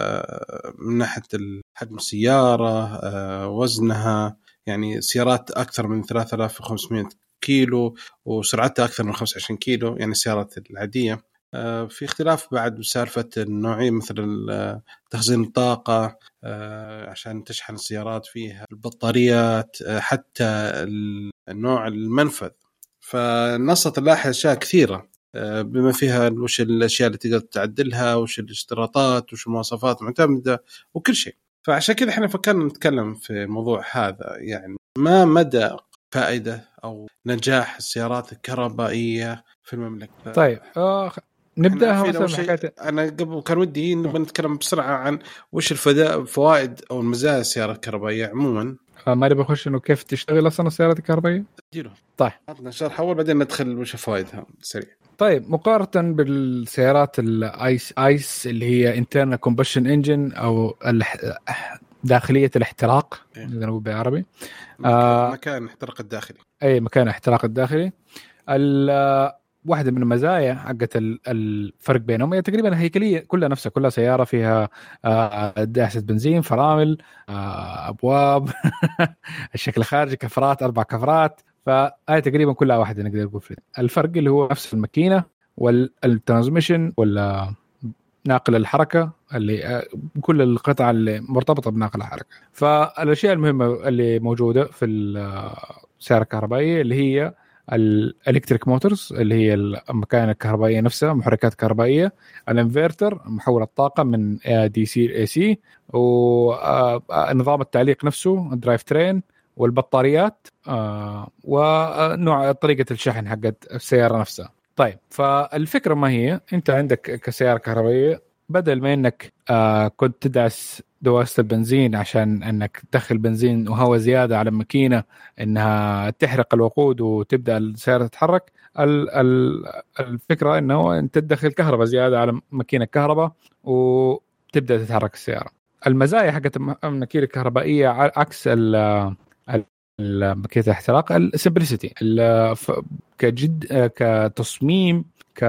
من ناحيه حجم السياره، آه وزنها، يعني سيارات أكثر من ثلاثة آلاف وخمسمائة كيلو وسرعتها أكثر من خمسة وعشرين كيلو، يعني السيارات العادية. في اختلاف بعد بسالفة النوعية، مثل تخزين الطاقة عشان تشحن السيارات فيها، البطاريات، حتى النوع المنفذ. فنصت اللائحة أشياء كثيرة بما فيها وش الأشياء اللي تقدر تعدلها، وش الاشتراطات، وش المواصفات المعتمدة، وكل شيء. فعشان كذا احنا فكرنا نتكلم في الموضوع هذا، يعني ما مدى فائدة أو نجاح السيارات الكهربائية في المملكة. طيب آه نبدأها مثلا. أنا قبل كان ودي نبغى نتكلم بسرعة عن وش الفوائد أو المزايا السيارة الكهربائية عموما. آه ما نبغى نخش إنه كيف تشتغل أصلا السيارات الكهربائية. ديله. طيب عطنا شرح أول بعدين ندخل وش فوائدها سريع. طيب مقارنة بالسيارات الايس ايس اللي هي internal combustion engine او داخلية الاحتراق إذا نقول بالعربي، مكان آه احتراق الداخلي. اي مكان احتراق الداخلي. واحدة من المزايا حقت الفرق بينهم هي تقريبا هيكلية كلها نفسها، كلها سيارة فيها داعسة بنزين، فرامل، أبواب الشكل الخارجي، كفرات، أربع كفرات، فهي تقريبا كلها واحدة نقدر نقول فيه. الفرق اللي هو نفس الماكينة والترانسميشن ولا ناقل الحركة، اللي كل القطع اللي مرتبطة بناقل الحركة. فالأشياء المهمة اللي موجودة في السيارة الكهربائية اللي هي الالكتريك موتورز اللي هي المكانة الكهربائية نفسها، محركات كهربائية، الانفرتر محول الطاقة من دي سي ل اي سي، ونظام التعليق نفسه الدرايف ترين، والبطاريات، ونوع طريقة الشحن حقت السيارة نفسها. طيب فالفكرة ما هي، انت عندك كسيارة كهربائية بدل ما انك كنت تدعس دواسة البنزين عشان انك تدخل بنزين وهواء زيادة على الماكينة انها تحرق الوقود وتبدأ السيارة تتحرك، الفكرة انه انت تدخل كهرباء زيادة على ماكينة كهرباء وتبدأ تتحرك السيارة. المزايا حقت الماكينة الكهربائية عكس ماكينه الاحتراق السمبلسيتي كجد كتصميم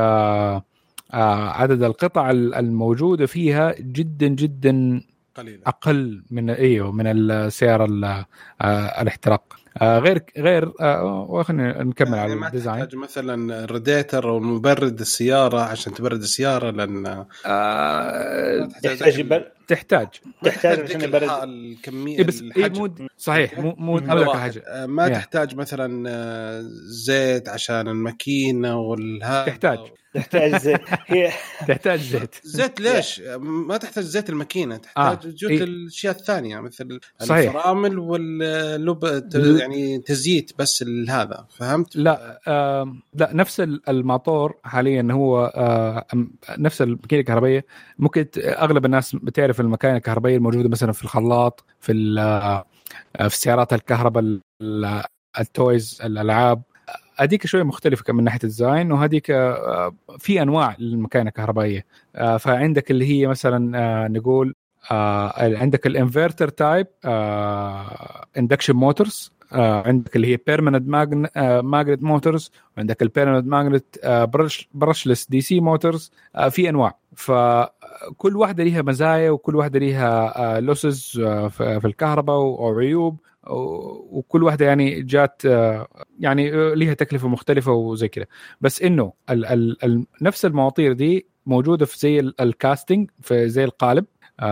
كعدد القطع الموجوده فيها جدا جدا قليلة. اقل من ايوه من السياره الاحتراق. آه غير غير آه وخلينا نكمل يعني على ما الديزاين. تحتاج مثلا الراديتر او مبرد السياره عشان تبرد السياره لان آه تحتاج تحتاج تحتاج عشان يبرد الكميه إيه بس إيه مو صحيح مو مو هذا حاجه ما yeah. تحتاج مثلا زيت عشان الماكينه والها تحتاج تحتاج زيت هي تحتاج زيت زيت ليش ما تحتاج زيت الماكينه تحتاج آه. جزء إيه؟ الاشياء الثانيه مثل صحيح. الفرامل واللب يعني تزييت بس هذا فهمت. لا آه لا نفس الموتور حاليا هو آه نفس الماكينه الكهربائيه. ممكن اغلب الناس بتعرف الماكينه الكهربائيه الموجوده مثلا في الخلاط في في السيارات الكهرباء التويز الالعاب هذيك شويه مختلفه من ناحيه الديزاين وهذيك في انواع للماكينه الكهربائيه. فعندك اللي هي مثلا نقول عندك الانفرتر تايب اندكشن موتورز عندك اللي هي بيرمننت ماجنت موتورز وعندك البيرمننت ماجنت برش برشلس دي سي موتورز. في انواع فكل واحده ليها مزايا وكل واحده ليها لوسز في الكهرباء وعيوب وكل واحدة يعني جات يعني ليها تكلفة مختلفة وزي كده. بس إنه ال ال ال نفس المواطير دي موجودة في زي الكاستنج في زي القالب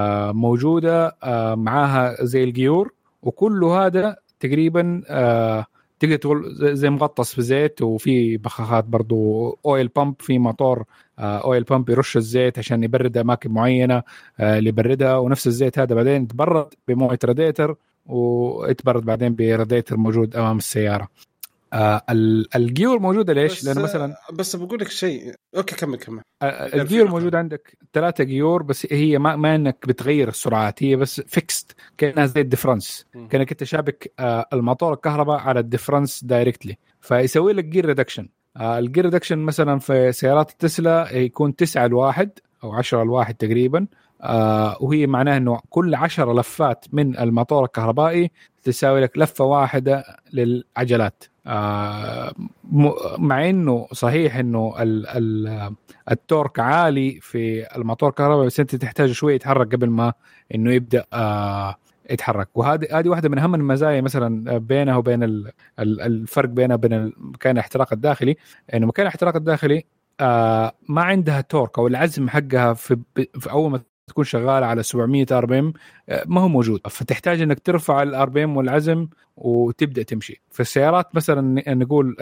موجودة معاها زي الجيور وكل هذا تقريبا تقدر تقول زي مغطس في زيت وفي بخاخات برضو اويل بامب في موتور اويل بامب يرش الزيت عشان يبرد أماكن معينة اللي يبردها ونفس الزيت هذا بعدين يتبرد بموية راديتر ويتبرد بعدين براديتر موجود امام السياره. آه الجيور موجوده ليش؟ لانه مثلا بس بقول لك شيء اوكي كمل كمل. آه الجيور موجود عندك ثلاثه جيور بس هي ما, ما انك بتغير السرعات هي بس فيكست كانها زي الديفرنس كانك انت شابك آه الموتور الكهرباء على الديفرنس دايركتلي فيسوي لك جير ريدكشن. آه الجير ريدكشن مثلا في سيارات التسلا يكون تسعة لواحد او عشرة لواحد تقريبا. آه وهي معناه انه كل عشر لفات من الموتور الكهربائي تساوي لك لفة واحدة للعجلات. آه مع انه صحيح انه ال ال التورك عالي في الموتور الكهربائي بس انت تحتاج شوية يتحرك قبل ما انه يبدأ آه يتحرك. وهذه هذه واحدة من اهم المزايا مثلا بينها وبين ال الفرق بينها وبين مكان الاحتراق الداخلي انه مكان الاحتراق الداخلي آه ما عندها تورك او العزم حقها في, في اول ما تكون شغالة على سبعمية ار بي ام ما هو موجود فتحتاج انك ترفع الار بي ام والعزم وتبدا تمشي. في السيارات مثلا نقول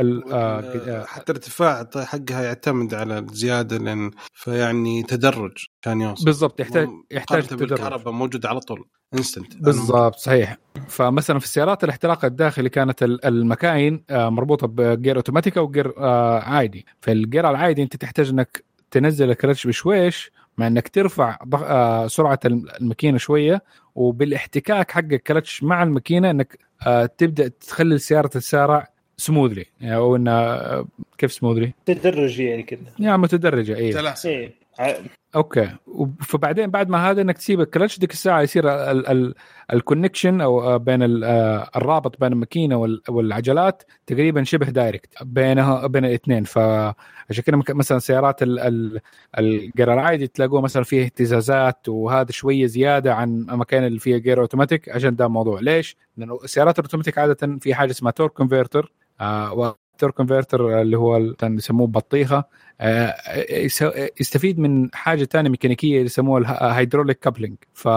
حتى الارتفاع حقها يعتمد على الزياده لان فيعني تدرج كان يوصل بالضبط يحتاج يحتاج تدرج. الكهرباء موجود على طول انستنت بالضبط صحيح. فمثلا في السيارات الاحتراق الداخلي كانت المكاين مربوطه بجير اوتوماتيك او جير عادي. في الجير العادي انت تحتاج انك تنزل الكلتش بشويش مع انك ترفع سرعه الماكينه شويه وبالاحتكاك حق الكلتش مع الماكينه انك تبدا تخلي السياره تتسارع سموذلي يعني او ان كيف سموذلي تدرجي يعني كده يعني متدرجه ايه, إيه. اوكي. فبعدين بعد ما هذا انك تسيب الكلتش ديك الساعه يصير الكونكشن او بين الرابط بين الماكينه والعجلات تقريبا شبه دايركت بينها بين الاثنين. فعشان كده مثلا سيارات الجير العادي تلاقوه مثلا فيه اهتزازات وهذا شويه زياده عن المكان اللي فيه جير اوتوماتيك. عشان ده الموضوع ليش؟ لانه السيارات الاوتوماتيك عاده في حاجه اسمها تورك كونفرتر آه تورك كونفرتر اللي هو يسموه بطيخه يستفيد من حاجه ثانيه ميكانيكيه يسموها الهيدروليك كابلينج.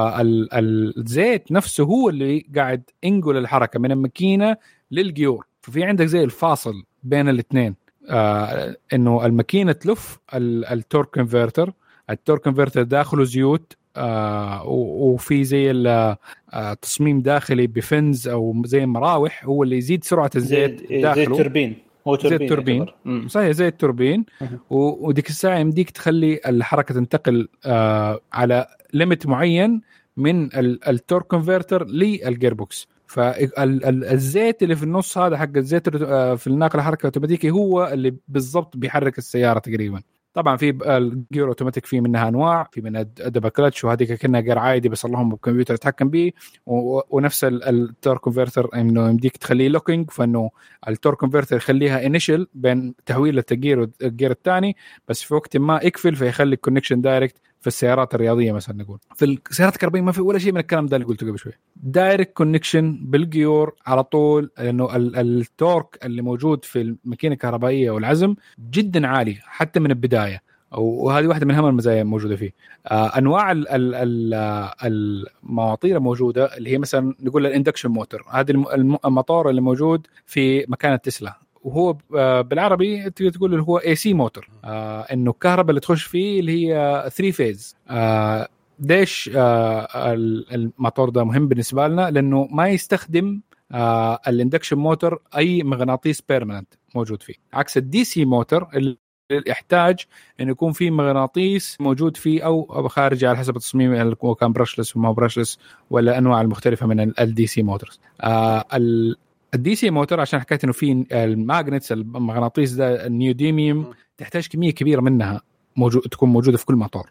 فالزيت نفسه هو اللي قاعد ينقل الحركه من الماكينه للجيور. ففي عندك زي الفاصل بين الاثنين آه انه الماكينه تلف التورك كونفرتر التورك كونفرتر داخله زيوت آه وفي زي التصميم داخلي بفنز او زي مراوح هو اللي يزيد سرعه الزيت زي داخله زي التوربين هو زي التوربين صحيح زي التوربين وديك الساعه يمديك تخلي الحركه تنتقل آه على ليميت معين من التورك كونفرتر للجير بوكس. فالزيت اللي في النص هذا حق الزيت في الناقل الحركه الاوتوماتيكي هو اللي بالضبط بيحرك السياره تقريبا. طبعا في الجير اوتوماتيك في منها انواع، في منها دبل كلتش وهذيك كأنها جير عادي بس اللهم بالكمبيوتر يتحكم به، ونفس التورك كونفرتر انه يمديك تخليه لوكينج، فانه التورك كونفرتر يخليها انيشل بين تحويل الجير والجير الثاني، بس في وقت ما يقفل فيخلي الكونكشن دايركت. في السيارات الرياضيه مثلا نقول، في السيارات الكهربائيه ما في ولا شيء من الكلام ده اللي قلته قبل شوي، دايركت كونكشن بالجيور على طول، لانه التورك اللي موجود في الماكينه الكهربائيه والعزم جدا عالي حتى من البدايه، وهذه واحده من اهم المزايا الموجوده فيه. آه انواع ال ال ال المواطير الموجوده اللي هي مثلا نقول الاندكشن موتور، هذا الموتور اللي موجود في مكان تسلا، وهو بالعربي تقدر تقول اللي هو اي سي موتور، آه انه الكهرباء اللي تخش فيه اللي هي ثري فيز. آه ليش آه الموتور ده مهم بالنسبه لنا؟ لانه ما يستخدم آه الاندكشن موتور اي مغناطيس بيرمننت موجود فيه، عكس الدي سي موتور اللي يحتاج انه يكون فيه مغناطيس موجود فيه او خارجي على حسب التصميم، اللي كان برشلس وما برشلس ولا انواع المختلفه من الدي سي موتورز. آه الدي سي موتور عشان حكيت انه في الماغنتس المغناطيس ده النيوديميوم تحتاج كميه كبيره منها موجود تكون موجوده في كل موتور،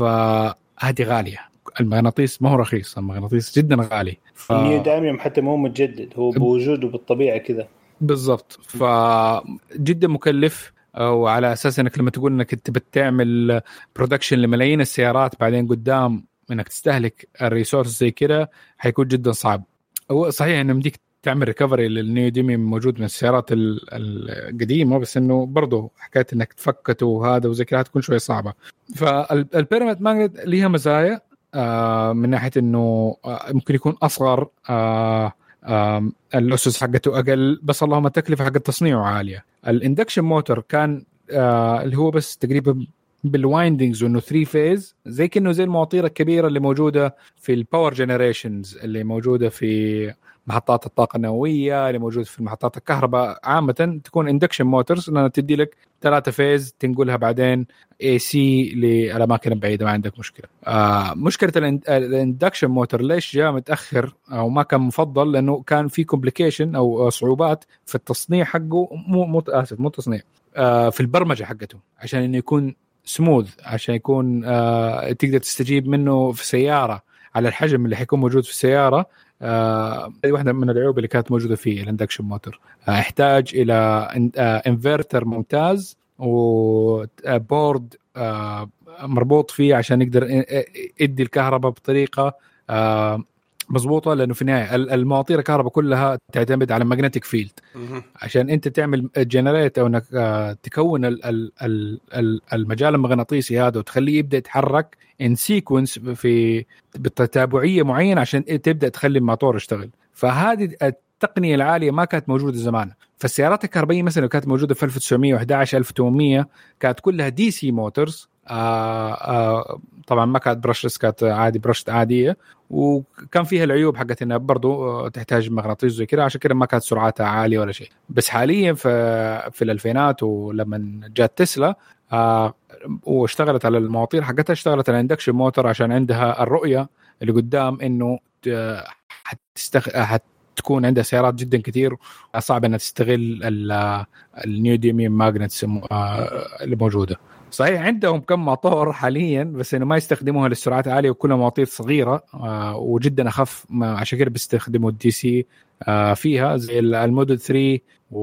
فهذه غاليه. المغناطيس ما هو رخيص، المغناطيس جدا غالي. ف... النيوديميوم حتى مو متجدد، هو بوجوده بالطبيعه كذا بالضبط، فجدا مكلف. وعلى اساس انك لما تقول انك انت بتعمل برودكشن لملايين السيارات بعدين قدام انك تستهلك الريسورس زي كده حيكون جدا صعب. هو صحيح انه مديك تعمل ريكفري للنيوديميوم موجود من السيارات القديمه، بس انه برضه حكايه انك تفكته وهذا وزي كده تكون شويه صعبه. فالبيرمننت ماغنت ليها مزايا آه من ناحيه انه آه ممكن يكون اصغر، آه آه الاسس حقته اقل، بس اللهم التكلفه حق تصنيعه عاليه. الاندكشن موتور كان آه اللي هو بس تقريبا بالوايندنجز وانه ثري فيز، زي كأنه زي المواطير الكبيره اللي موجوده في الباور جنريشنز اللي موجوده في محطات الطاقه النوويه، اللي موجود في محطات الكهرباء عامه، تكون اندكشن موتورز لانها تدي لك ثلاثه فيز تنقلها بعدين اي سي للاماكن بعيده ما عندك مشكله. آه مشكله الاندكشن موتور ليش جاء متاخر او ما كان مفضل؟ لانه كان في كومبليكيشن او صعوبات في التصنيع حقه، مو مو اسف مو تصنيع، آه في البرمجه حقته عشان انه يكون سموث، عشان يكون آه تقدر تستجيب منه في سياره على الحجم اللي حيكون موجود في السياره. آه واحدة من العيوب اللي كانت موجودة فيه الاندكشن موتور. آه احتاج إلى آه انفرتر ممتاز وبورد آه مربوط فيه عشان يقدر يدي الكهرباء بطريقة آه مضبوطة، لأنه في النهاية المواطير الكهرباء كلها تعتمد على ماجنتيك فيلد. عشان أنت تعمل جنريت أو إنك آه تكون ال ال ال المجال المغناطيسي هذا وتخليه يبدأ يتحرك ان سيكونس في بالتتابعيه معينه عشان تبدا تخلي الموتور يشتغل. فهذه التقنيه العاليه ما كانت موجوده زمان. فالسيارات الكهربائيه مثلا كانت موجوده في ألف وتسعمية وإحدى عشر ألف وثمانمية كانت كلها دي سي موتورز، آه آه طبعا ما كانت برشلس، كانت عادي برشت عاديه، وكان فيها العيوب حقت انها برضو تحتاج مغناطيس زي كده، عشان كده ما كانت سرعتها عاليه ولا شيء. بس حاليا في في الالفينات ولما جات تسلا آه واشتغلت على المواطير حقتها، اشتغلت على الاندكشن موتور عشان عندها الرؤيه اللي قدام انه حتستغ... حتكون عندها سيارات جدا كتير، صعب انها تستغل النيوديميوم ماغنتس اللي موجوده. صحيح عندهم كم موتور حاليا بس انه ما يستخدموها للسرعات عاليه، وكلها مواطير صغيره وجدا اخف، عشان كده بيستخدموا الدي سي فيها زي الموديل ثري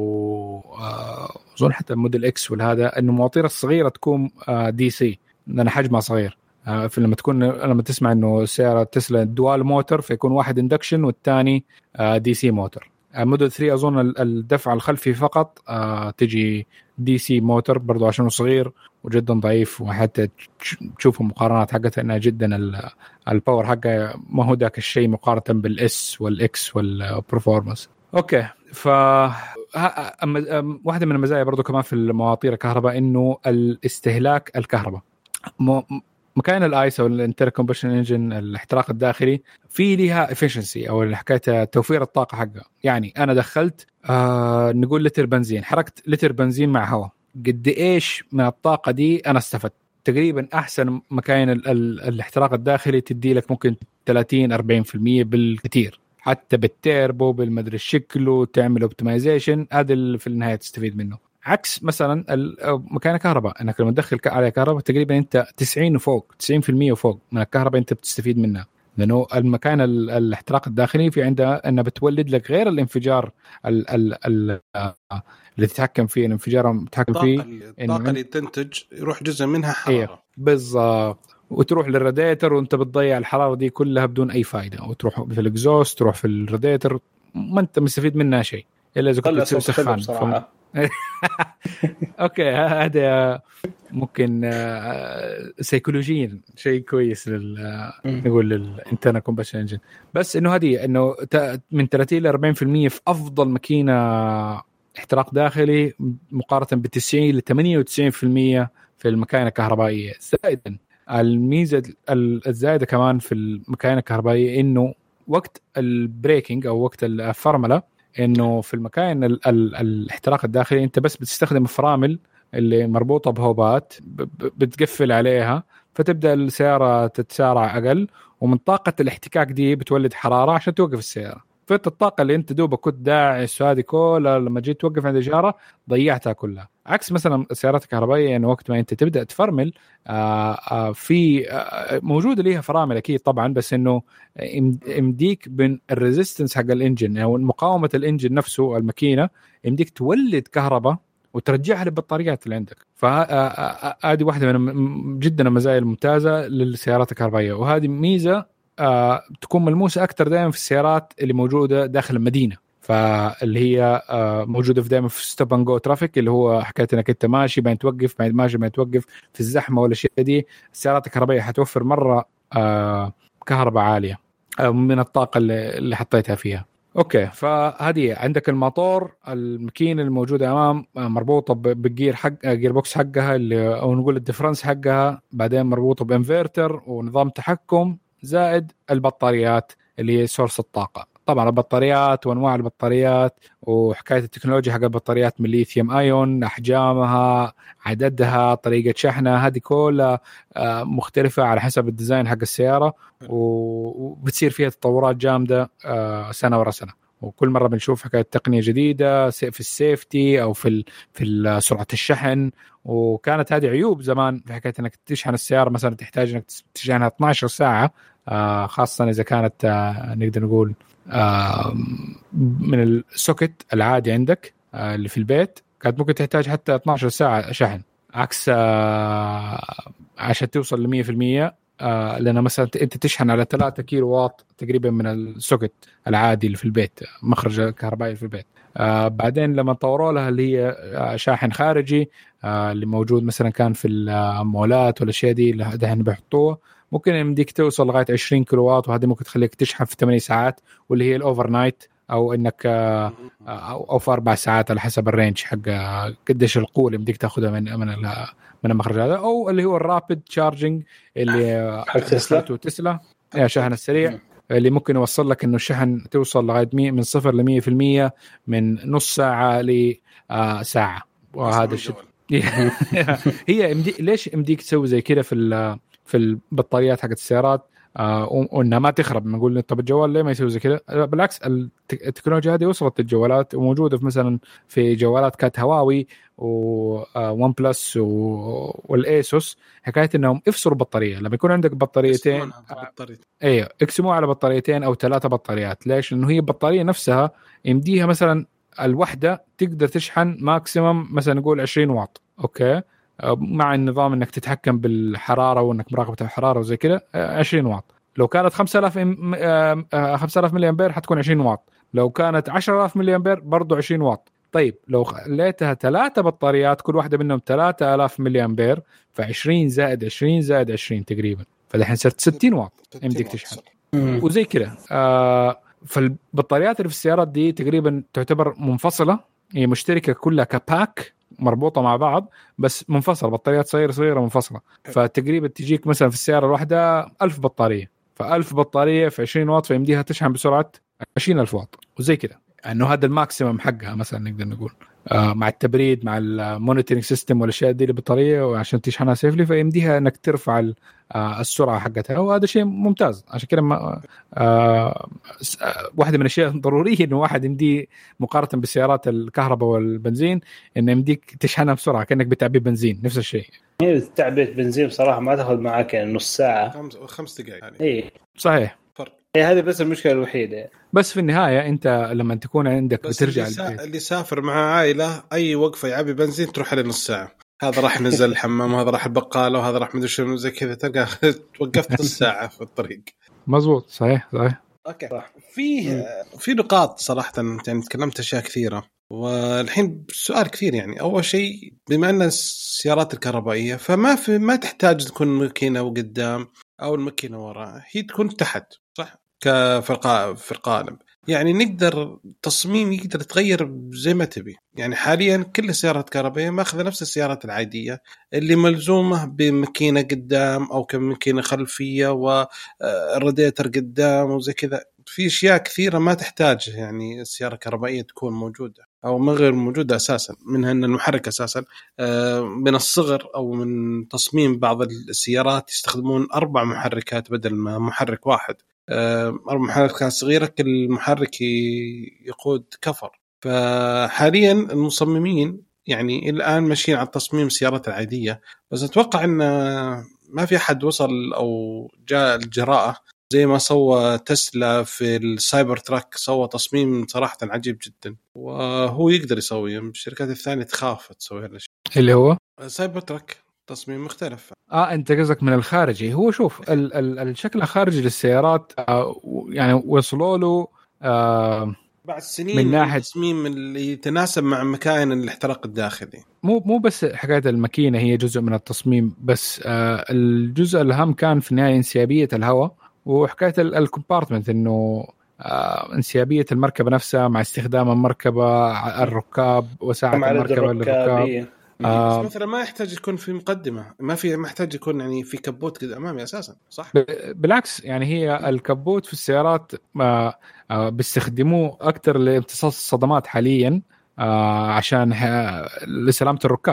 وظن حتى الموديل اكس والهذا، انه مواطير الصغيره تكون دي سي لان حجمها صغير. فلما تكون لما تسمع انه سياره تسلا دوال موتور فيكون واحد اندكشن والثاني دي سي موتور. الموديل ثري اظن الدفع الخلفي فقط تجي دي سي موتور برضو عشان صغير وجدا ضعيف، وحتى تشوفوا مقارنات حقتها انها جدا الباور حقه ما هو ذاك الشيء مقارنه بالاس والاكس والبرفورمانس. اوكي، ف واحده من المزايا برضو كمان في المواطير الكهرباء انه الاستهلاك الكهرباء م... مكان الايس او الانترنال كومبشن انجن الاحتراق الداخلي في ليها افشنسي او حكايه توفير الطاقه حقها. يعني انا دخلت آه نقول لتر بنزين، حركت لتر بنزين مع هواء، قد ايش من الطاقه دي انا استفدت؟ تقريبا احسن مكاين ال ال الاحتراق الداخلي تدي لك ممكن ثلاثين أربعين بالمية بالكثير، حتى بالتيربو بالمدري شكله تعمل اوبتمايزيشن، هذا اللي في النهايه تستفيد منه. عكس مثلا مكان كهرباء انك لما تدخل عليه كهرباء تقريبا انت تسعين وفوق تسعين بالمية وفوق من الكهرباء انت بتستفيد منها، لانه المكان الاحتراق الداخلي في عندها انها بتولد لك غير الانفجار ال ال ال اللي تتحكم فيه، الانفجار تتحكم فيه الطاقه اللي تنتج يروح جزء منها حراره. إيه بالضبط، وتروح للراديتر وانت بتضيع الحراره دي كلها بدون اي فائده، وتروح في الاكزوست تروح في الراديتر ما انت مستفيد منها شيء الا اذا كنت بتسوي سخان فم... اوكي هذا ممكن سيكولوجيا شيء كويس لل نقول للانترنال كومبشن انجن، بس انه هذه انه من ثلاثين ل أربعين بالمية في افضل ماكينه احتراق داخلي مقارنه ب تسعين ل ثمانية وتسعين بالمية في المكاين الكهربائيه. زائدا الميزه الزائده كمان في المكاين الكهربائيه انه وقت البريكنج او وقت الفرمله، انه في المكاين ال ال الاحتراق الداخلي انت بس بتستخدم الفرامل اللي مربوطه بهوبات بتقفل عليها، فتبدا السياره تتسارع اقل، ومن طاقه الاحتكاك دي بتولد حراره عشان توقف السياره. فت الطاقه اللي انت دوبك كنت داعس هذه كلها لما جيت توقف عند الاشاره ضيعتها كلها. عكس مثلا السيارات الكهربائيه انه وقت ما انت تبدا تفرمل آآ آآ في آآ موجوده ليها فرامل اكيد طبعا، بس انه يمديك بين الريزيستنس حق الانجن او مقاومه الانجن نفسه الماكينه يمديك تولد كهرباء وترجعها للبطاريات اللي عندك. فهذه واحده من جدا المزايا الممتازه للسيارات الكهربائيه، وهذه ميزه آه، تكون ملموسة أكتر دائما في السيارات اللي موجودة داخل المدينة، فاللي هي آه، موجودة في دائما في ستوب اند جو ترافيك، اللي هو حكاية انك انت ماشي بين توقف بين ماشي بين توقف في الزحمة ولا شيء دي. السيارات الكهربائية حتوفر مرة آه، كهرباء عالية آه، من الطاقة اللي, اللي حطيتها فيها. اوكي، فهذه عندك الموتور الماكينة الموجودة امام مربوطة بالجير حق جير بوكس حقها اللي او نقول الديفرنس حقها، بعدين مربوطة بانفرتر ونظام تحكم، زائد البطاريات اللي هي سورس الطاقة. طبعا البطاريات وانواع البطاريات وحكاية التكنولوجيا حق البطاريات من ليثيوم ايون، احجامها، عددها، طريقة شحنها، هذه كلها مختلفة على حسب الديزاين حق السيارة، وبتصير فيها تطورات جامدة سنة ورا سنة، وكل مرة بنشوف حكاية تقنية جديدة في السيفتي أو في في سرعة الشحن. وكانت هذه عيوب زمان في حكاية أنك تشحن السيارة مثلا تحتاج أنك تشحنها اثنا عشر ساعة، خاصة إذا كانت نقدر نقول من السوكت العادي عندك اللي في البيت، كانت ممكن تحتاج حتى اثنا عشر ساعة شحن، عكس عشان توصل لمية في المية. آه لأن مثلا أنت تشحن على ثلاثة كيلو واط تقريبا من السوكت العادي اللي في البيت، مخرج الكهربائي في البيت. آه بعدين لما طوروا لها اللي هي شاحن خارجي آه اللي موجود مثلا كان في المولات والأشياء دي اللي دحين بيحطوها، ممكن يمديك توصل لغاية عشرين كيلو واط، وهذه ممكن تخليك تشحن في ثمانية ساعات، واللي هي الأوفر نايت، أو إنك آه أو, أو في أربع ساعات على حسب الرينج حق قديش القوة اللي يمديك تأخذها من من من المخرج هذا، او اللي هو الرابيد تشارجنج اللي حق تسلا تسلا يا شحن السريع اللي ممكن يوصل لك انه الشحن توصل لغايه من صفر ل مية في المية من نص ساعه لساعه. وهذا الشيء هي مدي... ليش مديك تسوي زي كده في في البطاريات حقت السيارات آه وانها ما تخرب. نقول طب الجوال ليه ما يسوي زي كده؟ بالعكس التكنولوجيا هذه وصلت للجوالات وموجوده في مثلا في جوالات كانت هواوي وون بلس والايسوس، حكايه انهم يفصلوا بطاريه لما يكون عندك بطاريتين ايوه اقسموها على بطاريتين او ثلاثه بطاريات. ليش؟ لانه هي البطاريه نفسها يمديها مثلا الوحده تقدر تشحن ماكسيمم مثلا نقول عشرين واط، اوكي، مع النظام انك تتحكم بالحراره وانك مراقبه الحراره وزي كده عشرين واط. لو كانت خمسة آلاف خمسة آلاف ملي امبير حتكون عشرين واط، لو كانت عشرة آلاف ملي امبير برضو عشرين واط. طيب لو خليتها ثلاثه بطاريات كل واحده منهم ثلاثة آلاف ملي امبير، فعشرين زائد عشرين زائد عشرين تقريبا، فالحين صرت ستين واط يمديك تشحن وزي كده. آه فالبطاريات اللي في السيارات دي تقريبا تعتبر منفصله، هي مشتركه كلها كباك مربوطه مع بعض بس منفصله، بطاريات صغيره صغيره منفصله. فتقريبا تجيك مثلا في السياره الواحده ألف بطاريه، فألف بطاريه في عشرين واط فيمديها تشحن بسرعه عشرين ألف واط وزي كده، انه هذا الماكسيمم حقها مثلا نقدر نقول. مع التبريد مع المونيتورنج سيستم والاشياء دي البطاريه وعشان تشحنها سيفلي، فيمديها انك ترفع السرعه حقتها، وهذا شيء ممتاز. عشان كده ما آه واحده من الاشياء الضروريه انه واحد يمدي مقارنه بالسيارات الكهرباء والبنزين انه يمديك تشحنها بسرعه كانك بتعبي بنزين، نفس الشيء. هي تعبئه بنزين بصراحه ما تاخذ معك نص ساعه خمس خمس دقائق يعني. اي صحيح، هي هذه بس المشكله الوحيده. بس في النهايه انت لما تكون عندك بترجع اللي, سا... اللي سافر مع عائله اي وقفه يعبي بنزين تروح عليه نص ساعه، هذا راح نزل الحمام وهذا راح البقاله وهذا راح مدري شنو زي كذا، تلقى توقفت نص ساعه في الطريق. مزبوط، صحيح صحيح. اوكي صح. في في نقاط صراحه يعني تكلمت اشياء كثيره، والحين سؤال كثير. يعني اول شيء بما ان السيارات الكهربائيه فما في ما تحتاج تكون ماكينه وقدام او الماكينه وراء، هي تكون تحت صح كفرقاء في القالب. يعني نقدر تصميم يقدر يتغير زي ما تبي. يعني حاليا كل السيارات الكهربائيه ماخذه نفس السيارات العاديه اللي ملزومه بماكينه قدام او كماكينه خلفيه والراديتر قدام وزي كذا. في اشياء كثيره ما تحتاج يعني السياره الكهربائيه تكون موجوده او ما غير موجوده اساسا، منها ان المحرك اساسا من الصغر او من تصميم بعض السيارات يستخدمون اربع محركات بدل ما محرك واحد. أربع محركات صغيرة، كل محرك يقود كفر. فحاليا المصممين يعني الآن ماشيين على تصميم السيارات العادية، بس أتوقع أن ما في أحد وصل أو جاء الجراءة زي ما سوى تسلا في السايبر تراك. سوى تصميم صراحة عجيب جدا، وهو يقدر يسويه. الشركات الثانية تخاف تسوي هالشيء اللي هو سايبر تراك، تصميم مختلف. اه انت قصدك من الخارجي. هو شوف ال ال الشكل الخارجي للسيارات آه يعني وصلوا له آه بعد سنين من ناحيه التصميم اللي يتناسب مع مكائن الاحتراق الداخلي. مو مو بس حكايه الماكينه هي جزء من التصميم، بس آه الجزء الاهم كان في النهايه انسيابيه الهواء وحكايه الكومبارتمنت، انه آه انسيابيه المركبه نفسها مع استخدام المركبه الركاب وساعه المركبه للركاب. آه مثلا ما يحتاج يكون في مقدمة، ما في محتاج يكون يعني في كبوت كده أمامي أساسا صح؟ بالعكس، يعني هي الكبوت في السيارات آه آه بيستخدموه أكتر لامتصاص الصدمات حاليا آه عشان لسلامة الركاب.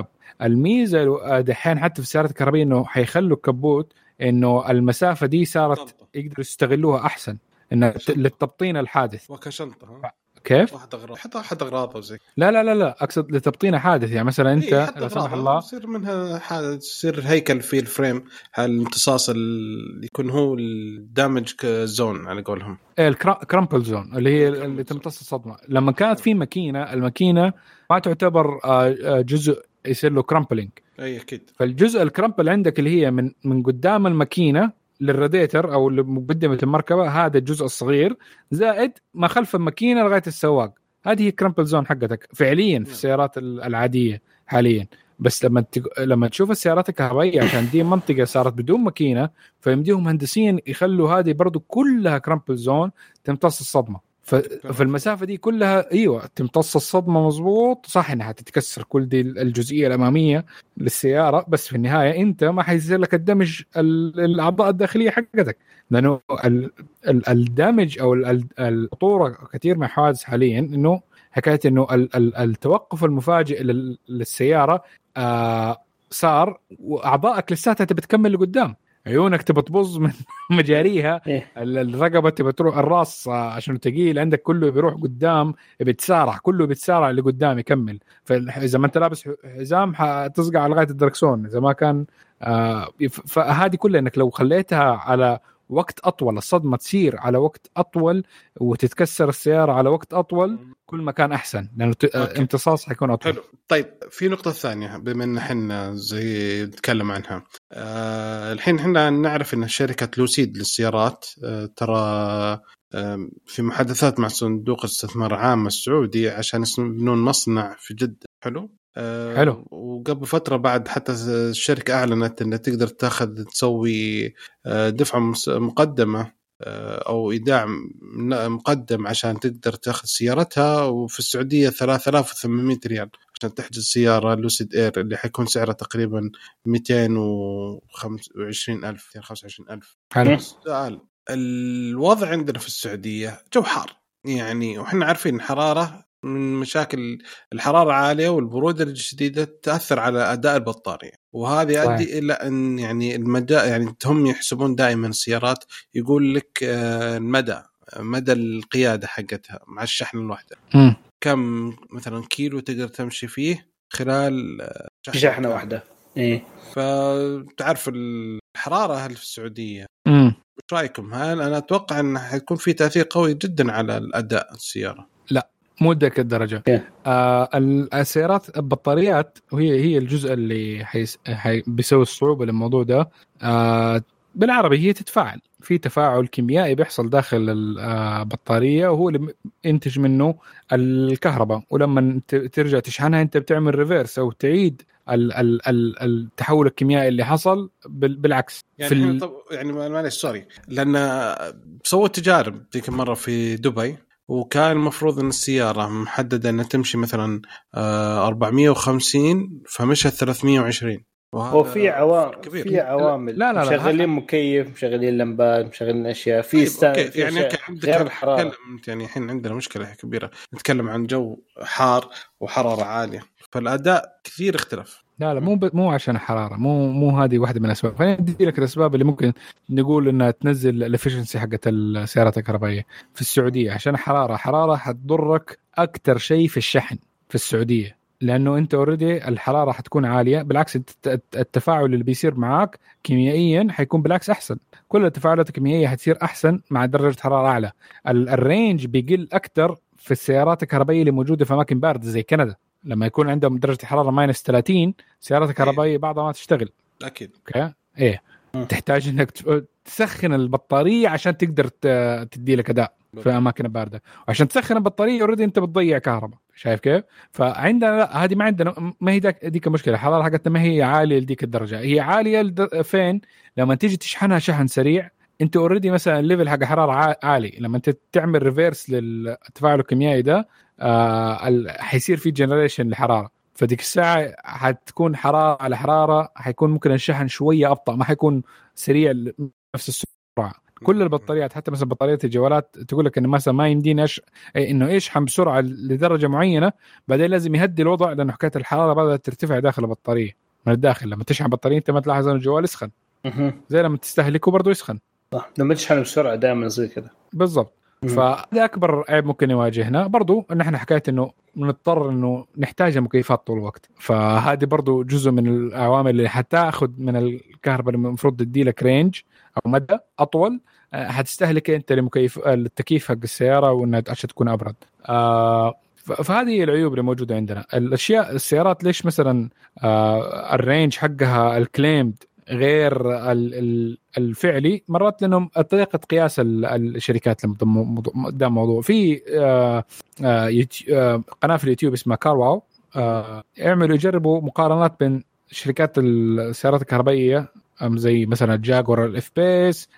الميزة دحين حتى في السيارات الكهربائية إنه حيخلوا الكبوت إنه المسافة دي صارت يقدروا يستغلوها أحسن إنه للتبطين الحادث وكشنطة. كيف؟ واحد أغراض حتى واحد أغراض وزي. لا لا لا لا أقصد لتبطين حادث. يعني مثلا أنت إيه لا سمح الله يصير منها حادث، يصير هيكل في الفريم الامتصاص اللي يكون هو الدامج زون على قولهم. إيه الكرامبل زون اللي هي اللي تمتص الصدمة. لما كانت في ماكينة، الماكينة ما تعتبر جزء يصير له كرامبلينج. أي أكيد. فالجزء الكرامبل عندك اللي هي من من قدام الماكينة للراديتر او لمقدمه المركبه، هذا الجزء الصغير زائد ما خلف الماكينه لغايه السواق، هذه هي كرامبل زون حقتك فعليا في السيارات العاديه حاليا. بس لما تق... لما تشوف السيارات الكهربائيه عشان دي منطقه صارت بدون ماكينه، فيمديهم هندسيا يخلوا هذه برضو كلها كرامبل زون تمتص الصدمه. في المسافه دي كلها ايوه تمتص الصدمه مظبوط صح، انها تتكسر كل دي الجزئيه الاماميه للسياره، بس في النهايه انت ما حيصير لك الدمج الاعضاء الداخليه حقتك، لانه الدمج او الخطوره كثير من الحوادث حاليا انه حكايه انه التوقف المفاجئ للسياره آه صار واعضائك لساتها تبي تكمل لقدام، عيونك تبى تبظ من مجاريها، الرقبه تبى تروح، الراس عشان ثقيل عندك كله بيروح قدام، بتسارع كله بتسارع لقدام يكمل. فاذا ما انت لابس حزام حتصقع على لغايه الدركسون اذا ما كان آه فهذه كلها انك لو خليتها على وقت اطول، الصدمه تصير على وقت اطول وتتكسر السياره على وقت اطول، كل ما كان احسن لانه امتصاص حيكون اطول. حلو. طيب في نقطه ثانيه بما ان احنا زي نتكلم عنها آه الحين احنا نعرف ان شركه لوسيد للسيارات آه ترى آه في محادثات مع صندوق الاستثمار العام السعودي عشان يبنون مصنع في جده. حلو آه حلو. وقبل فترة بعد حتى الشركة أعلنت أنها تقدر تأخذ تسوي دفعة مقدمة أو إيداع مقدم عشان تقدر تأخذ سيارتها، وفي السعودية ثلاثة آلاف وثمانمائة ريال عشان تحجز سيارة لوسيد إير اللي حيكون سعرها تقريبا مئتين وخمسة وعشرين ألف مئتين وخمسة وعشرين ألف. حلو. السؤال، الوضع عندنا في السعودية جو حار يعني، وحنا عارفين الحرارة من مشاكل الحرارة عالية والبرودة الشديدة تأثر على أداء البطارية، وهذا يؤدي إلى أن يعني المدى يعني هم يحسبون دائما السيارات يقول لك المدى مدى القيادة حقتها مع الشحن الواحدة م. كم مثلا كيلو تقدر تمشي فيه خلال شحنة, شحنة واحدة. إيه فتعرف الحرارة هل في السعودية م. ايش رايكم؟ هل انا اتوقع انه حيكون في تاثير قوي جدا على الاداء السياره؟ لا مو ذاك الدرجه. yeah. آه السيارات البطاريات وهي هي الجزء اللي حيس... حي... بيسوي الصعوبه للموضوع ده. آه بالعربي هي تتفاعل في تفاعل كيميائي بيحصل داخل البطاريه وهو اللي ينتج منه الكهرباء، ولما ترجع تشحنها انت بتعمل ريفيرس او تعيد التحول الكيميائي اللي حصل بالعكس. يعني في ال... طب يعني معلش سوري لأن سووا تجارب ذيك مرة في دبي وكان المفروض أن السيارة محددة أن تمشي مثلا أربعمية وخمسين فمشت ثلاثمية وعشرين. هو في عوامل في عوامل لا لا لا مشغلين مكيف مشغلين لمبات مشغلين أشياء في ستاند يعني غير الحرارة. يعني الحين عندنا مشكلة كبيرة نتكلم عن جو حار وحرارة عالية فالأداء كثير اختلف. لا لا مو ب... مو عشان الحرارة مو مو هذه واحدة من الأسباب. خلينا ندي لك الأسباب اللي ممكن نقول إنها تنزل الإفشنسي حقت السيارات الكهربائية في السعودية. عشان الحرارة حرارة حتضرك أكتر شيء في الشحن في السعودية لأنه أنت أوريدي الحرارة حتكون عالية. بالعكس التفاعل اللي بيصير معك كيميائيا حيكون بالعكس أحسن. كل التفاعلات الكيميائية حتصير أحسن مع درجة حرارة أعلى. الرينج بيقل أكتر في السيارات الكهربائية اللي موجودة في أماكن باردة زي كندا لما يكون عندهم درجة حرارة ماينس ثلاثين سيارات كهربائية بعضها ما تشتغل. أكيد. أوكي. إيه. م. تحتاج إنك تسخن البطارية عشان تقدر تدي لك أداء في أماكن باردة، وعشان تسخن البطارية أوريدي أنت بتضيع كهرباء. شايف كيف؟ فعندنا هذه ما عندنا ما هي ديك المشكلة. الحرارة حقتنا ما هي عالية لديك الدرجة. هي عالية فين؟ لما تيجي تشحنها شحن سريع أنت أوريدي مثلا الليفل حق حرارة عالي. لما أنت تعمل ريفيرس للتفاعل الكيميائي ده آه حيصير في جنريشن لحرارة، فديك الساعة حتكون حرارة على حرارة حيكون ممكن الشحن شوية أبطأ ما حيكون سريع نفس السرعة. كل البطاريات حتى مثلا بطاريات الجوالات تقول لك إنه مثلا ما يمدينا إيش إنه يشحن بسرعة لدرجة معينة بعدين لازم يهدي الوضع لأنه حكاية الحرارة بدأت ترتفع داخل البطارية من الداخل. لما تشحن بطارية أنت ما تلاحظ إن الجوال يسخن زي لما تستهلكه برضو يسخن. صح لما تشحن بسرعة دائما يصير كذا بالضبط. فهذا أكبر عيب ممكن يواجهنا. برضو إن إحنا حكاية إنه نضطر إنه نحتاج مكيفات طول الوقت، فهذه برضو جزء من العوامل اللي حتاخذ من الكهرباء اللي المفروض تدي لك رينج أو مدى أطول حتستهلك أنت لمكيف التكييف حق السيارة وإنها عشان تكون أبرد. آه فهذه العيوب اللي موجودة عندنا. الأشياء السيارات ليش مثلا آه الرينج حقها الكليمد غير الفعلي مرات لأنهم طريقة قياس الشركات لما قدام موضوع في قناة في اليوتيوب اسمها كارواو يعملوا يجربوا مقارنات بين شركات السيارات الكهربائية زي مثلا الجاكور الاف بيس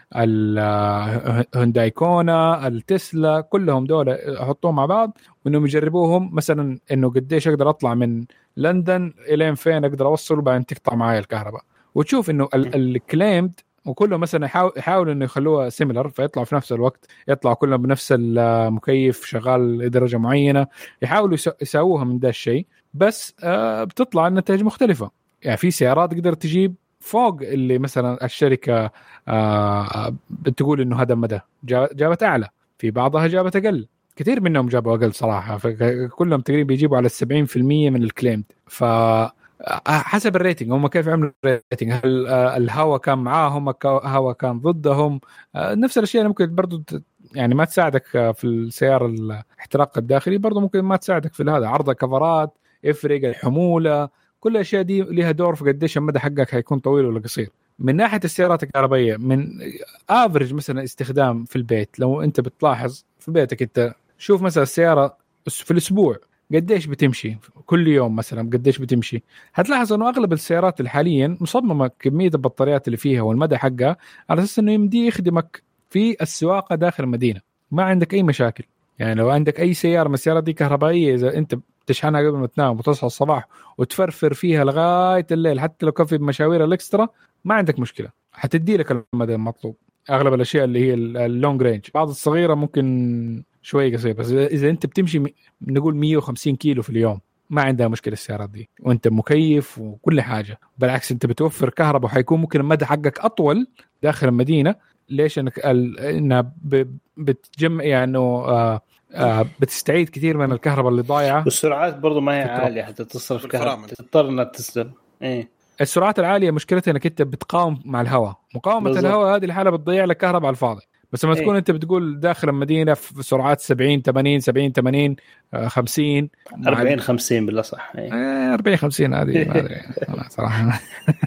الهونداي كونا التسلا كلهم دول احطوهم مع بعض وانهم يجربوهم مثلا انه قديش اقدر اطلع من لندن الين فين اقدر اوصل وبعدين تقطع معايا الكهرباء وتشوف انه الكليمد وكله مثلا يحاول يحاول انه يخلوها سيميلر فيطلع في نفس الوقت يطلع كلهم بنفس المكيف شغال لدرجه معينه يحاولوا يساووها من ده الشيء بس آه بتطلع النتائج مختلفه. يعني في سيارات تقدر تجيب فوق اللي مثلا الشركه آه بتقول انه هذا مدى جابت اعلى في بعضها جابت اقل كثير منهم جابوا اقل صراحه فكلهم تقريبا يجيبوا على السبعين في المية من الكليمد. ف حسب الريتنج هم كيف عملوا الريتنج هل الهواء كان معاهم الهواء كان ضدهم نفس الاشياء اللي ممكن برضو يعني ما تساعدك في السيارة الاحتراق الداخلي برضو ممكن ما تساعدك في هذا عرض كفرات يفرق الحمولة كل الاشياء دي لها دور في قديش المدى حقك هيكون طويل ولا قصير. من ناحية السيارات الكهربائية من افرج مثلا استخدام في البيت لو انت بتلاحظ في بيتك انت شوف مثلا السيارة في الاسبوع قديش بتمشي كل يوم مثلا قديش بتمشي هتلاحظ انه اغلب السيارات حاليا مصممه كميه البطاريات اللي فيها والمدى حقها على اساس انه يمدي يخدمك في السواقه داخل المدينه ما عندك اي مشاكل. يعني لو عندك اي سياره من السيارات دي كهربائيه اذا انت بتشحنها قبل ما تنام وتصحى الصباح وتفرفر فيها لغايه الليل حتى لو كان في مشاوير الاكسترا ما عندك مشكله حتدي لك المدى المطلوب. اغلب الاشياء اللي هي اللونج رينج بعض الصغيره ممكن شوي قصير. بس اذا انت بتمشي نقول مية وخمسين كيلو في اليوم ما عندها مشكله السيارات دي، وانت مكيف وكل حاجه. بالعكس انت بتوفر كهرباء وحيكون ممكن المدى حقك اطول داخل المدينه. ليش؟ انك انها بتجمع يعني آه آه بتستعيد كثير من الكهرباء اللي ضايعه. والسرعات برضو ما هي عاليه حتى تصرف كهرباء، تضطر انك تسلم. ايه السرعات العاليه مشكلتها انك انت بتقاوم مع الهواء، مقاومه الهواء هذه الحاله بتضيع لك كهرباء على الفاضي. بس لما تكون إيه؟ انت بتقول داخل المدينه في سرعات سبعين ثمانين سبعين ثمانين خمسين أربعين خمسين بالله صح. ايه أربعين خمسين هذه ما ادري صراحه.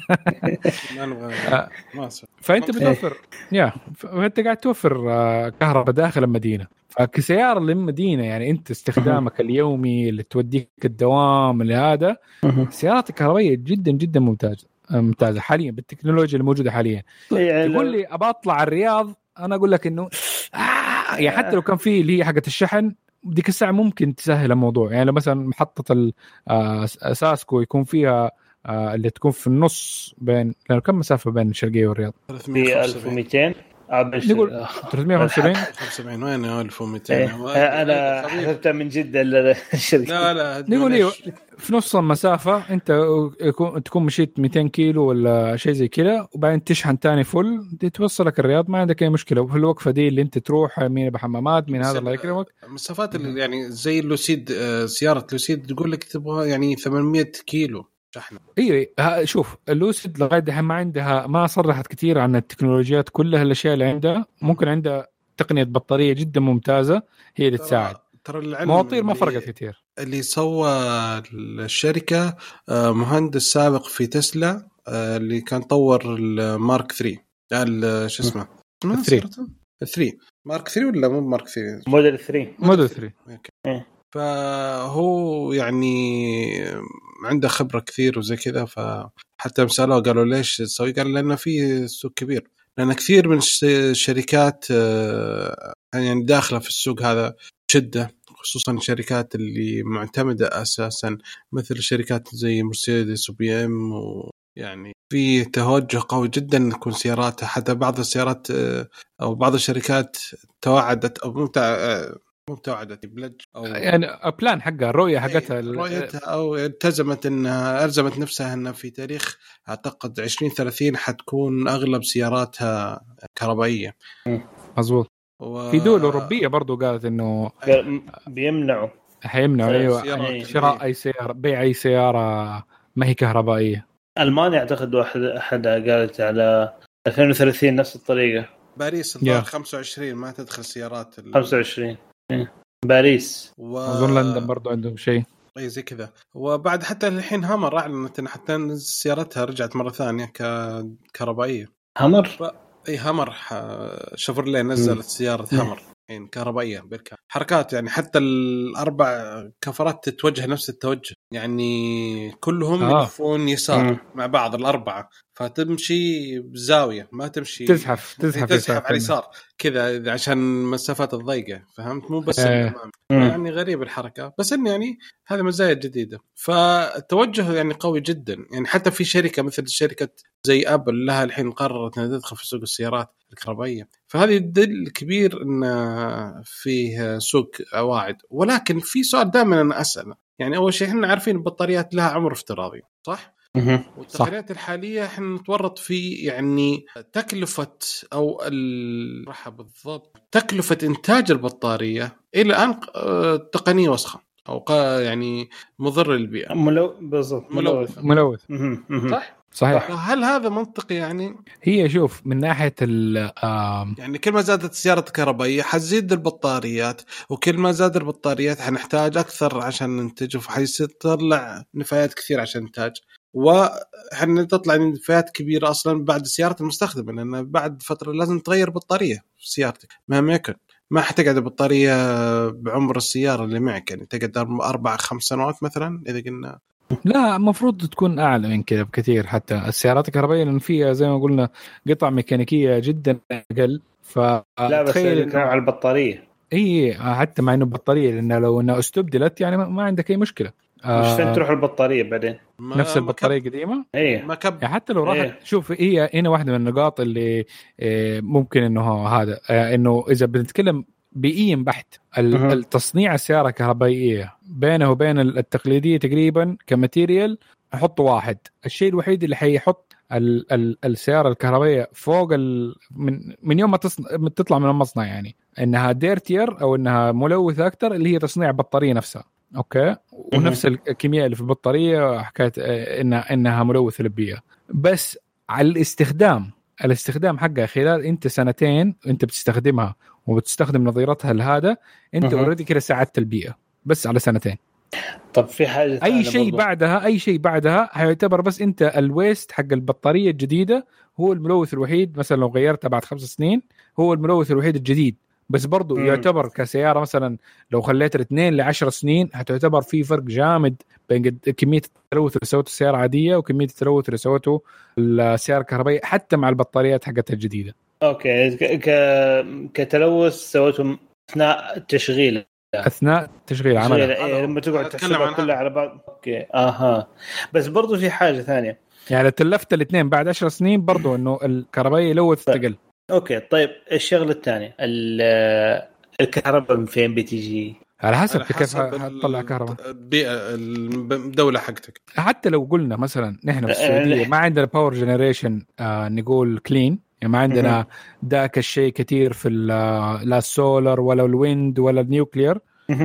فانت بتوفر يا فانت قاعد توفر كهرباء داخل المدينه. فكسياره للمدينه يعني انت استخدامك اليومي اللي توديك الدوام اللي هذا، السيارات الكهربائيه جدا جدا ممتازه ممتازه حاليا بالتكنولوجيا الموجوده حاليا. تقول لي ابى اطلع الرياض، انا اقول لك انه آه يعني حتى لو كان في اللي هي حقه الشحن ديك الساعه ممكن تسهل الموضوع. يعني لو مثلا محطه الساسكو يكون فيها آه اللي تكون في النص بين، لانه كم مسافه بين الشرقيه والرياض؟ ألف ومئتين نقول ثلاثمية وخمسة وسبعين. وين ألف ومئتين؟ انا حسبتها من جده للشركه. لا لا نقول ايه في نص المسافه انت تكون مشيت مئتين كيلو ولا شيء زي كذا، وبعدين تشحن تاني فل توصلك الرياض، ما عندك اي مشكله. وفي الوقفه دي اللي انت تروح مين بحمامات من هذا الله يكرمك. مسافات اللي يعني زي اللوسيد، سياره لوسيد تقول لك تبغى يعني ثمانمية كيلو شحنه. ايوه شوف اللوسيد لغايه دحين ما عندها، ما صرحت كثير عن التكنولوجيات كلها الاشياء اللي عندها. ممكن عندها تقنيه بطاريه جدا ممتازه هي اللي تساعد. ترى مواطير ما فرقت كثير. اللي سوى الشركه مهندس سابق في تسلا اللي كان طور المارك ثري، شو اسمه ثري ثري مارك ثري ولا مو مارك ثري؟ موديل ثري موديل ثري. فهو يعني عنده خبرة كثير وزي كذا. فحتى مسألة قالوا ليش تسوي، قال لأنه في سوق كبير، لأن كثير من الشركات يعني داخلة في السوق هذا شدة، خصوصا الشركات اللي معتمدة أساسا مثل الشركات زي مرسيدس وبي ام، ويعني في توجه قوي جدا نكون سياراتها. حتى بعض السيارات أو بعض الشركات توعدت أو ممتع متوعدت بلج أو يعني بلان حقها، الرؤية حقتها رؤيتها، أو التزمت إنها ألزمت نفسها إنها في تاريخ أعتقد عشرين ثلاثين حتكون أغلب سياراتها كهربائية. مظبوط. و... في دول أوروبية برضو قالت إنه بيمنعوا حيمنعوا أيوة شراء أي سيارة، بيع أي سيارة ما هي كهربائية. ألمانيا أعتقد واحد أحد قالت على ألفين وثلاثين نفس الطريقة. باريس الظاهر خمسة وعشرين ما تدخل سيارات ال... خمسة وعشرين باريس و... أظن لندن برضو عندهم شيء أي زي كذا. وبعد حتى الحين هامر أعلنت إن حتى سيارتها رجعت مرة ثانية ككهربائية. هامر ف... أي هامر شفرليه نزلت سيارة هامر يعني كهربائية بالكامل. حركات يعني حتى الأربع كفرات تتوجه نفس التوجه، يعني كلهم آه. يلفون يسار م. مع بعض الأربعة، فتمشي بزاوية ما تمشي تزحف تزحف, تزحف على اليسار كذا عشان مسافات الضيقة، فهمت؟ مو بس آه. يعني غريب الحركة، بس إن يعني هذا مزايا جديدة. فالتوجه يعني قوي جدا. يعني حتى في شركة مثل شركة زي أبل لها الحين قررت أنها تدخل في سوق السيارات الكهربائية، فهذه دليل كبير أن فيه سوق واعد. ولكن في سؤال دائما أنا أسأله، يعني أول شيء إحنا عارفين البطاريات لها عمر افتراضي صح؟ والتقنيات الحالية إحنا نتورط في يعني تكلفة أو الراحة بالضبط تكلفة إنتاج البطارية إلى الآن تقنية وسخة أو يعني مضر للبيئة. ملو بالضبط ملوث ملوث صح؟ صحيح. هل هذا منطقي؟ يعني هي شوف من ناحية ال يعني كل ما زادت السيارة الكهربائية حزيد البطاريات، وكل ما زاد البطاريات حنحتاج أكثر عشان ننتج، وحيطلع نفايات كثير عشان ننتج، وحنا تطلع نفايات كبيرة أصلا بعد السيارة المستخدمة، لأن بعد فترة لازم تغير بطارية في سيارتك مهما يكن. ما حتقعد البطارية بعمر السيارة اللي معك، يعني تقعد أربع خمس سنوات مثلا إذا قلنا. لا مفروض تكون أعلى من كذا بكثير. حتى السيارات الكهربائية لأن فيها زي ما قلنا قطع ميكانيكية جدا أقل. لا بس إنه على البطارية إيه حتى مع إنه بطارية، لأن لو إنه استبدلت يعني ما عندك أي مشكلة. مش فين تروح البطارية بعدين نفس البطارية قديمة. إيه ما كب... يعني حتى لو راحت إيه. شوف هي هنا واحدة من النقاط اللي إيه ممكن إنه هذا إنه إذا بنتكلم بيئيا بحت. التصنيع السيارة الكهربائية بينه وبين التقليدية تقريبا كماتيريال أحط واحد. الشيء الوحيد اللي حيحط ال ال السيارة الكهربائية فوق ال من من يوم ما تصنع تطلع من المصنع يعني إنها ديرتير أو إنها ملوثة أكتر اللي هي تصنيع بطارية نفسها. أوكي. ونفس الكيمياء اللي في البطارية حكاية إنها إنها ملوثة للبيئة. بس على الاستخدام الاستخدام حقها خلال انت سنتين انت بتستخدمها وبتستخدم نظيرتها لهذا انت اوريدي كده ساعدت البيئه بس على سنتين. طب في حاجه اي شيء بعدها اي شيء بعدها هيعتبر بس انت الويست حق البطاريه الجديده هو الملوث الوحيد. مثلا لو غيرتها بعد خمس سنين هو الملوث الوحيد الجديد بس برضو م. يعتبر كسياره مثلا لو خليتها اثنين لعشر سنين هتعتبر في فرق جامد بين كميه التلوث اللي سوته السياره عاديه وكميه التلوث اللي سوته السياره الكهربائيه حتى مع البطاريات حقتها الجديده. اوكي ك كتلوث سوته اثناء التشغيل اثناء تشغيل عملها إيه لما تقعد تحسبها كلها على بعض. اوكي اها بس برضو في حاجه ثانيه يعني تلفت الاثنين بعد عشر سنين برضو انه الكهربائيه يلوث تقل. اوكي طيب الشغله الثانيه الكهرباء من فين بتيجي؟ على حسب كيف هتطلع كهرباء البيئه الدوله حقتك. حتى لو قلنا مثلا نحن في السعوديه ما عندنا باور جنريشن آه نقول كلين يعني ما عندنا ذاك الشيء كتير في لا السولر ولا الويند ولا النيوكلير.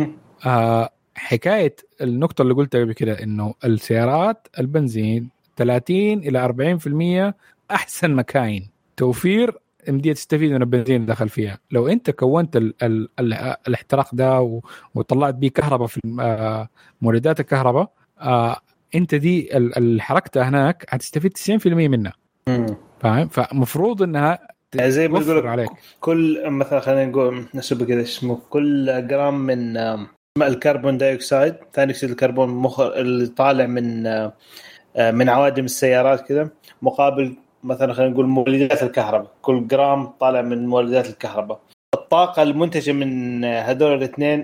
آه حكايه النقطه اللي قلتها قبل كده انه السيارات البنزين ثلاثين إلى أربعين بالمئة احسن مكاين توفير مدية تستفيد من البنزين اللي دخل فيها. لو انت كونت ال ال ال الاحتراق ده وطلعت بيه كهرباء في آه مولدات الكهرباء آه انت دي الحركة هناك هتستفيد تسعين بالمئة منها. فاهم؟ فمفروض انها زي ما بيقولوا عليك كل مثلا خلينا نقول نسبة كده اسمه كل جرام من الكربون دايوكسيد ثاني اكسيد الكربون مخر اللي طالع من من عوادم السيارات كده مقابل مثلا خلينا نقول مولدات الكهرباء. كل جرام طالع من مولدات الكهرباء. الطاقة المنتجة من هذول الاثنين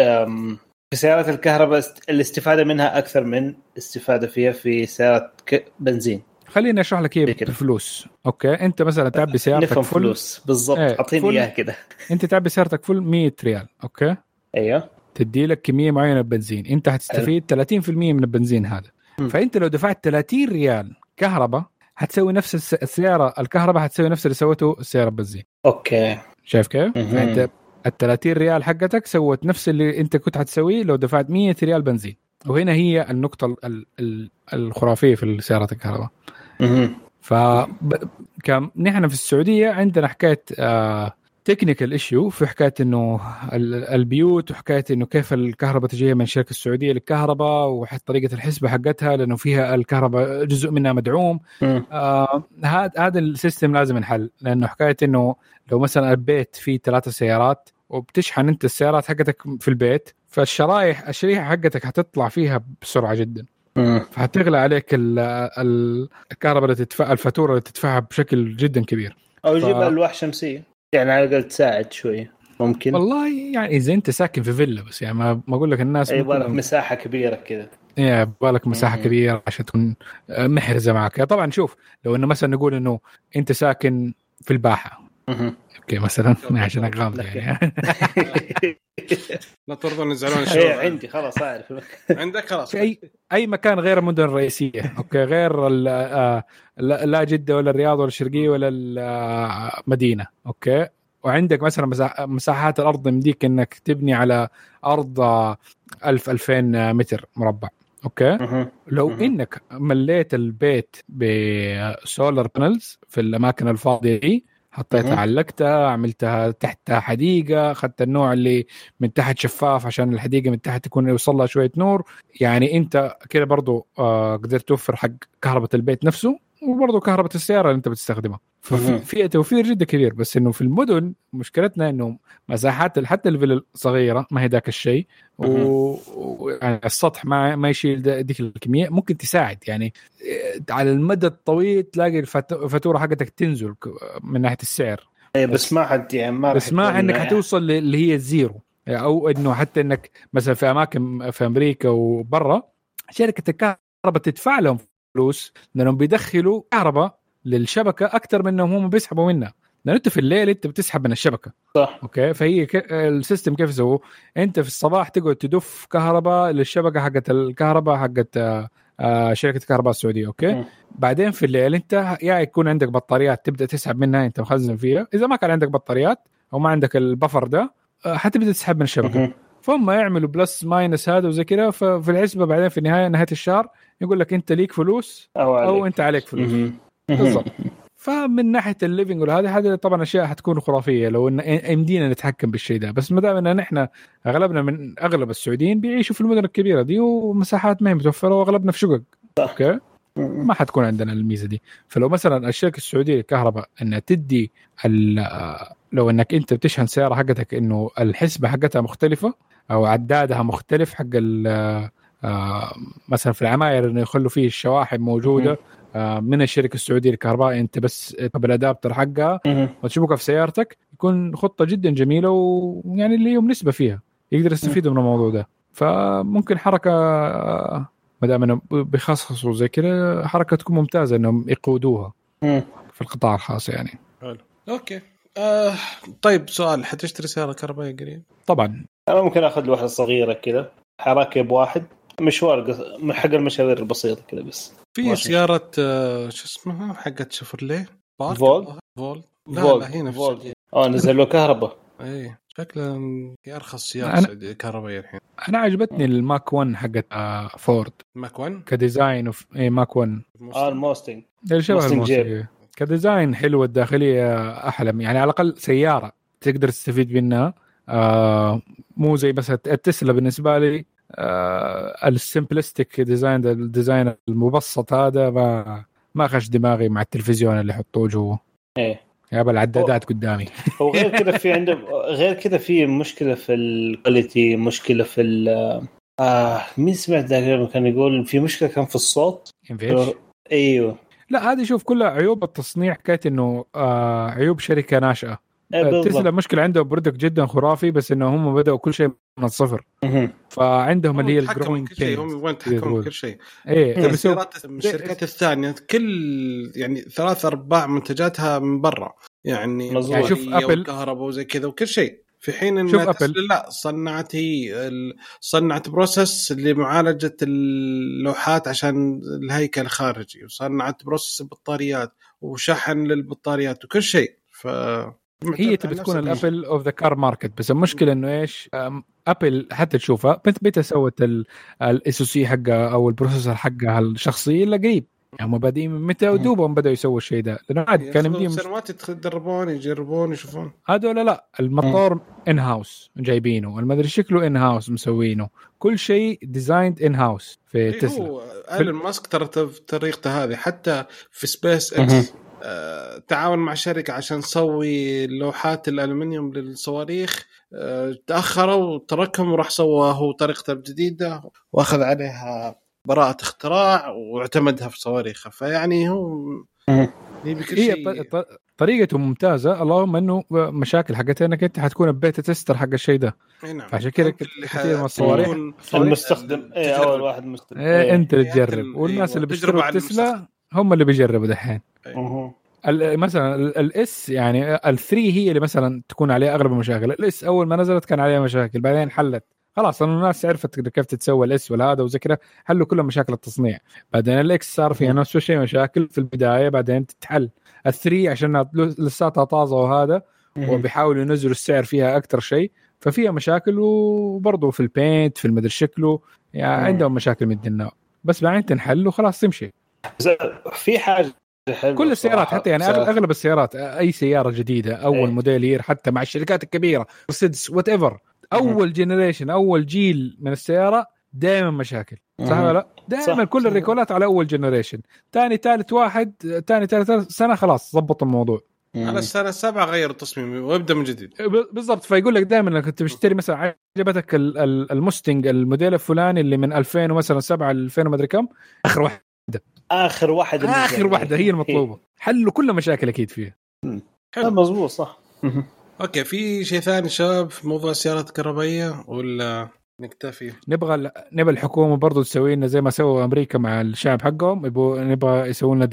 في سيارات الكهرباء الاستفادة منها أكثر من استفادة فيها في سيارات بنزين. خليني اشرح لك ايه بالفلوس. اوكي انت مثلا تعبي سيارتك فل فلوس بالضبط اعطيني اياها كده. انت تعبي سيارتك فل مية ريال اوكي ايوه تدي لك كميه معينه بنزين انت هتستفيد ثلاثين بالمئة من البنزين هذا. م. فانت لو دفعت ثلاثين ريال كهرباء هتسوي نفس السياره الكهرباء هتسوي نفس اللي سوته السياره البنزين. اوكي شايف كيف؟ انت ال ثلاثين ريال حقتك سوت نفس اللي انت كنت هتسويه لو دفعت مية ريال بنزين. وهنا هي النقطه الخرافيه في السيارات الكهرباء. ف كم نحن في السعوديه عندنا حكايه آه تكنيكال ايشيو في حكايه انه البيوت وحكايه انه كيف الكهرباء تجي من الشركه السعوديه للكهرباء وحتى طريقه الحسبه حقتها لانه فيها الكهرباء جزء منها مدعوم. آه هذا هذا السيستم لازم ينحل لانه حكايه انه لو مثلا البيت فيه ثلاثه سيارات وبتشحن انت السيارات حقتك في البيت فالشرايح الشريحه حقتك هتطلع فيها بسرعه جدا. فهتغلى عليك الكهرباء اللي تدفع الفاتوره اللي تدفعها بشكل جدا كبير. او يجيب ف... الواح شمسيه يعني على الاقل تساعد شويه ممكن. والله يعني اذا انت ساكن في فيلا بس يعني ما ما اقول لك الناس يبغى لك مساحه كبيره كذا. ايه يبغى لك مساحه مم. كبيره عشان تكون محرزه معك. طبعا شوف لو انه مثلا نقول انه انت ساكن في الباحه مم. اوكي مثلا عشان اغامض يعني لا ترضى نزعلون شوي. عندي خلاص اعرف عندك خلاص اي اي مكان غير المدن الرئيسيه اوكي غير لا جده ولا الرياض ولا الشرقيه ولا المدينه اوكي وعندك مثلا مساحات الارض مديك انك تبني على ارض ألف ألفين متر مربع اوكي. لو انك مليت البيت بسولار بانلز في الاماكن الفاضيه دي حطيتها علقتها عملتها تحتها حديقة أخذت النوع اللي من تحت شفاف عشان الحديقة من تحت تكون يوصل لها شوية نور يعني أنت كده برضو آه قدرت توفر حق كهرباء البيت نفسه وبرضو كهرباء السيارة اللي أنت بتستخدمها. ففي توفير جدا كبير. بس إنه في المدن مشكلتنا إنه مساحات حتى الفيلا الصغيرة ما هي ذاك الشيء والسطح ما ما يشيل ديك الكمية. ممكن تساعد يعني على المدى الطويل تلاقي الفاتورة حقتك تنزل من ناحية السعر. بس ما حد يعني ما بس ما انك حتوصل اللي هي الزيرو او انه حتى انك مثلا في اماكن في امريكا وبرا شركة الكهرباء تدفع لهم فلوس لانهم بيدخلوا كهرباء للشبكة اكثر منهم هم بيسحبوا منها. لأن أنت في الليل أنت بتسحب من الشبكة صح. أوكي، فهي ك... السيستم كيف يسوي؟ أنت في الصباح تقعد تدف كهرباء للشبكة حقت الكهرباء حقت آه شركة الكهرباء السعودية أوكي. م. بعدين في الليل أنت يا يكون عندك بطاريات تبدأ تسحب منها أنت مخزن فيها، إذا ما كان عندك بطاريات أو ما عندك البفر ده آه حتبدأ تسحب من الشبكة. م. فهم يعملوا بلس ماينس هذا وزي كده، ففي الحسبة بعدين في النهاية نهاية الشهر يقول لك أنت ليك فلوس أو, أو أنت عليك فلوس. بالضبط. فمن ناحيه الليفينج وهذا هذا طبعا اشياء حتكون خرافيه لو ان يمدينا نتحكم بالشيء ده، بس ما دام ان احنا اغلبنا من اغلب السعوديين بيعيشوا في المدن الكبيره دي ومساحات ما هي متوفره واغلبنا في شقق اوكي، ما حتكون عندنا الميزه دي. فلو مثلا الشركه السعوديه للكهرباء انها تدي لو انك انت بتشحن سياره حقتك انه الحسبه حقتها مختلفه او عدادها مختلف حق مثلا في العماير انه يخلوا فيه الشواحن موجوده من الشركة السعودية للكهرباء، أنت بس بالأدابتر حقها وتشبكها في سيارتك، يكون خطة جدا جميلة ويعني اللي يوم نسبة فيها يقدر يستفيدوا من الموضوع ده. فممكن حركة ما دام أنهم بيخصصوا زي كده حركة تكون ممتازة أنهم يقودوها في القطاع الخاص يعني. حلو. أوكي. آه طيب سؤال، حتشتري سيارة كهربائية قريب؟ طبعا أنا ممكن أخذ واحدة صغيرة كده حركة بواحد مشوار حق المشاوير البسيطة كده بس. في سيارة آه شو اسمها حقت شيفروليه فول فول لا فول. لا هنا فول اه نزل له كهرباء. اي شكله ارخص سيارة أنا... كهربائية الحين. انا عجبتني الماك ون حقت آه فورد. ماك ون كديزاين وف... اي ماك ون اه الموستنج الموستنج كديزاين حلو، الداخلية احلى يعني على الاقل سيارة تقدر تستفيد منها. آه مو زي بس التسلا بالنسبة لي آه السيمبلستيك ديزاين، الديزاين المبسط هذا ما ما خش دماغي مع التلفزيون اللي حطوه جوا. ايه يا بالعدادات قدامي. وغير كذا في عنده غير كذا في مشكله في الكواليتي، مشكله في ال آه مين سمعت ده كان يقول في مشكله كان في الصوت. ايوه لا هذه شوف كلها عيوب التصنيع، كانت انه آه عيوب شركه ناشئه. تسلا مشكلة عندهم برودكت جدا خرافي بس انه هم بدأوا كل شيء من الصفر، فعندهم اللي هي الجروينج كل شيء، هم وين تحكموا كل شيء. ايه السيارات الشركات الثانية كل يعني ثلاث ارباع منتجاتها من برا يعني, يعني شوف ابل كهرباء وزي كذا وكل شيء، في حين ان تسلا لا صنعت هي صنعت بروسس لمعالجة اللوحات عشان الهيكل الخارجي، وصنعت بروسس البطاريات وشحن للبطاريات وكل شيء. ف هي تبي تكون الابل اوف ذا كار ماركت، بس المشكله انه ايش ابل حتى تشوفها متى سوت الاس او سي حقها او البروسيسور حقها الشخصي الا قريب يعني هم بادئين من متى ودوبهم بدأوا يسووا الشيء ده، لانه عادي كان يمديهم سنوات يتدربون يجربون يشوفون. هذول لا المطور ان هاوس جايبينه، المدري شكله ان هاوس مسوينه، كل شيء ديزايند ان هاوس في تسلا. هو ايلون ماسك ترى طريقته هذه حتى في سبيس اكس آه، تعاون مع شركة عشان نسوي لوحات الألمنيوم للصواريخ، آه، تأخروا وتركهم وراح سواه هو طريقته الجديدة وأخذ عليها براءة اختراع واعتمدها في صواريخه. فيعني هو هي طريقته ممتازة، اللهم أنه مشاكل حقتها أنك أنت حتكون ببيت تستر حق الشيء ده. نعم. فعشان كده كثير من الصواريخ المستخدم إيه أول واحد مستخدم إيه إيه أنت اللي تجرب، والناس إيه اللي بيشتروا تسلا هم اللي بيجربوا دحين. إيه. مثلا الاس يعني الثري هي اللي مثلا تكون عليها اغلب المشاكل. الاس اول ما نزلت كان عليها مشاكل، بعدين حلت خلاص الناس عرفت كيف تتسوى الاس ولا هذا وزي كذا، حلوا كل مشاكل التصنيع. بعدين الاكس صار فيها نفس الشيء مشاكل في البدايه، بعدين تتحل. الثري عشان لساتها طازه وهذا وبيحاولوا ينزلوا السعر فيها اكثر شيء، ففيها مشاكل. وبرضه في البينت في المدري شكله يعني عندهم مشاكل من النوع، بس بعدين تنحل وخلاص تمشي. في حاجه كل السيارات حتى يعني بصراحة. اغلب السيارات اي سياره جديده اول ايه. موديل حتى مع الشركات الكبيره مرسيدس وات ايفر، اول جينيريشن اول جيل من السياره دائما مشاكل صح ولا لا؟ دائما كل الريكولات على اول جينيريشن، ثاني ثالث واحد ثاني ثالث سنه خلاص ضبط الموضوع. على السنه السابعه غير التصميم وابدا من جديد بالضبط. فيقول لك دائما انك انت بتشتري مثلا عجبتك المستنج الموديل الفلاني اللي من ألفين ومثلا سبعة ل ألفين ومدري كم، اخر واحد آخر واحد آخر واحدة هي المطلوبة، حلوا كل مشاكل أكيد فيها. حلو مظبوط صح. أوكي في شيء ثاني شباب في موضوع السيارات الكهربائية ولا نكتفي؟ نبغى نبغى الحكومة برضو تسوي لنا زي ما سووا أمريكا مع الشعب حقهم، يبغوا نبغى يسوون لنا دعم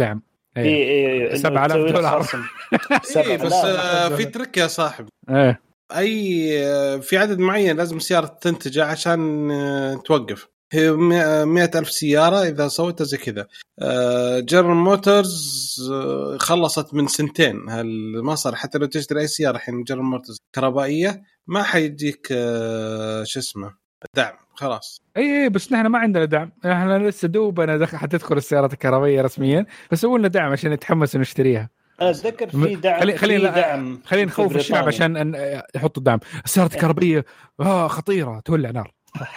اي اي سبعة آلاف دولار. إيه بس في ترك يا صاحب. ايه اي في عدد معين لازم السياره تنتجه عشان توقف. هي مئة ألف سيارة إذا سويتها زي كذا. جنرال موتورز خلصت من سنتين، هل ما صار حتى لو تشتري أي سيارة الحين جنرال موتورز كهربائية ما حيجيك شو اسمه دعم خلاص. اي بس نحن ما عندنا دعم، احنا لسه دوبنا دخل حتدخل السيارات الكهربائية رسميا، بس سووا لنا دعم عشان نتحمس ونشتريها. أنا أتذكر في دعم خلي خلينا دعم خلينا نخوف الشعب عشان أن يحطوا دعم. السيارات الكهربائية آه خطيرة تولع نار.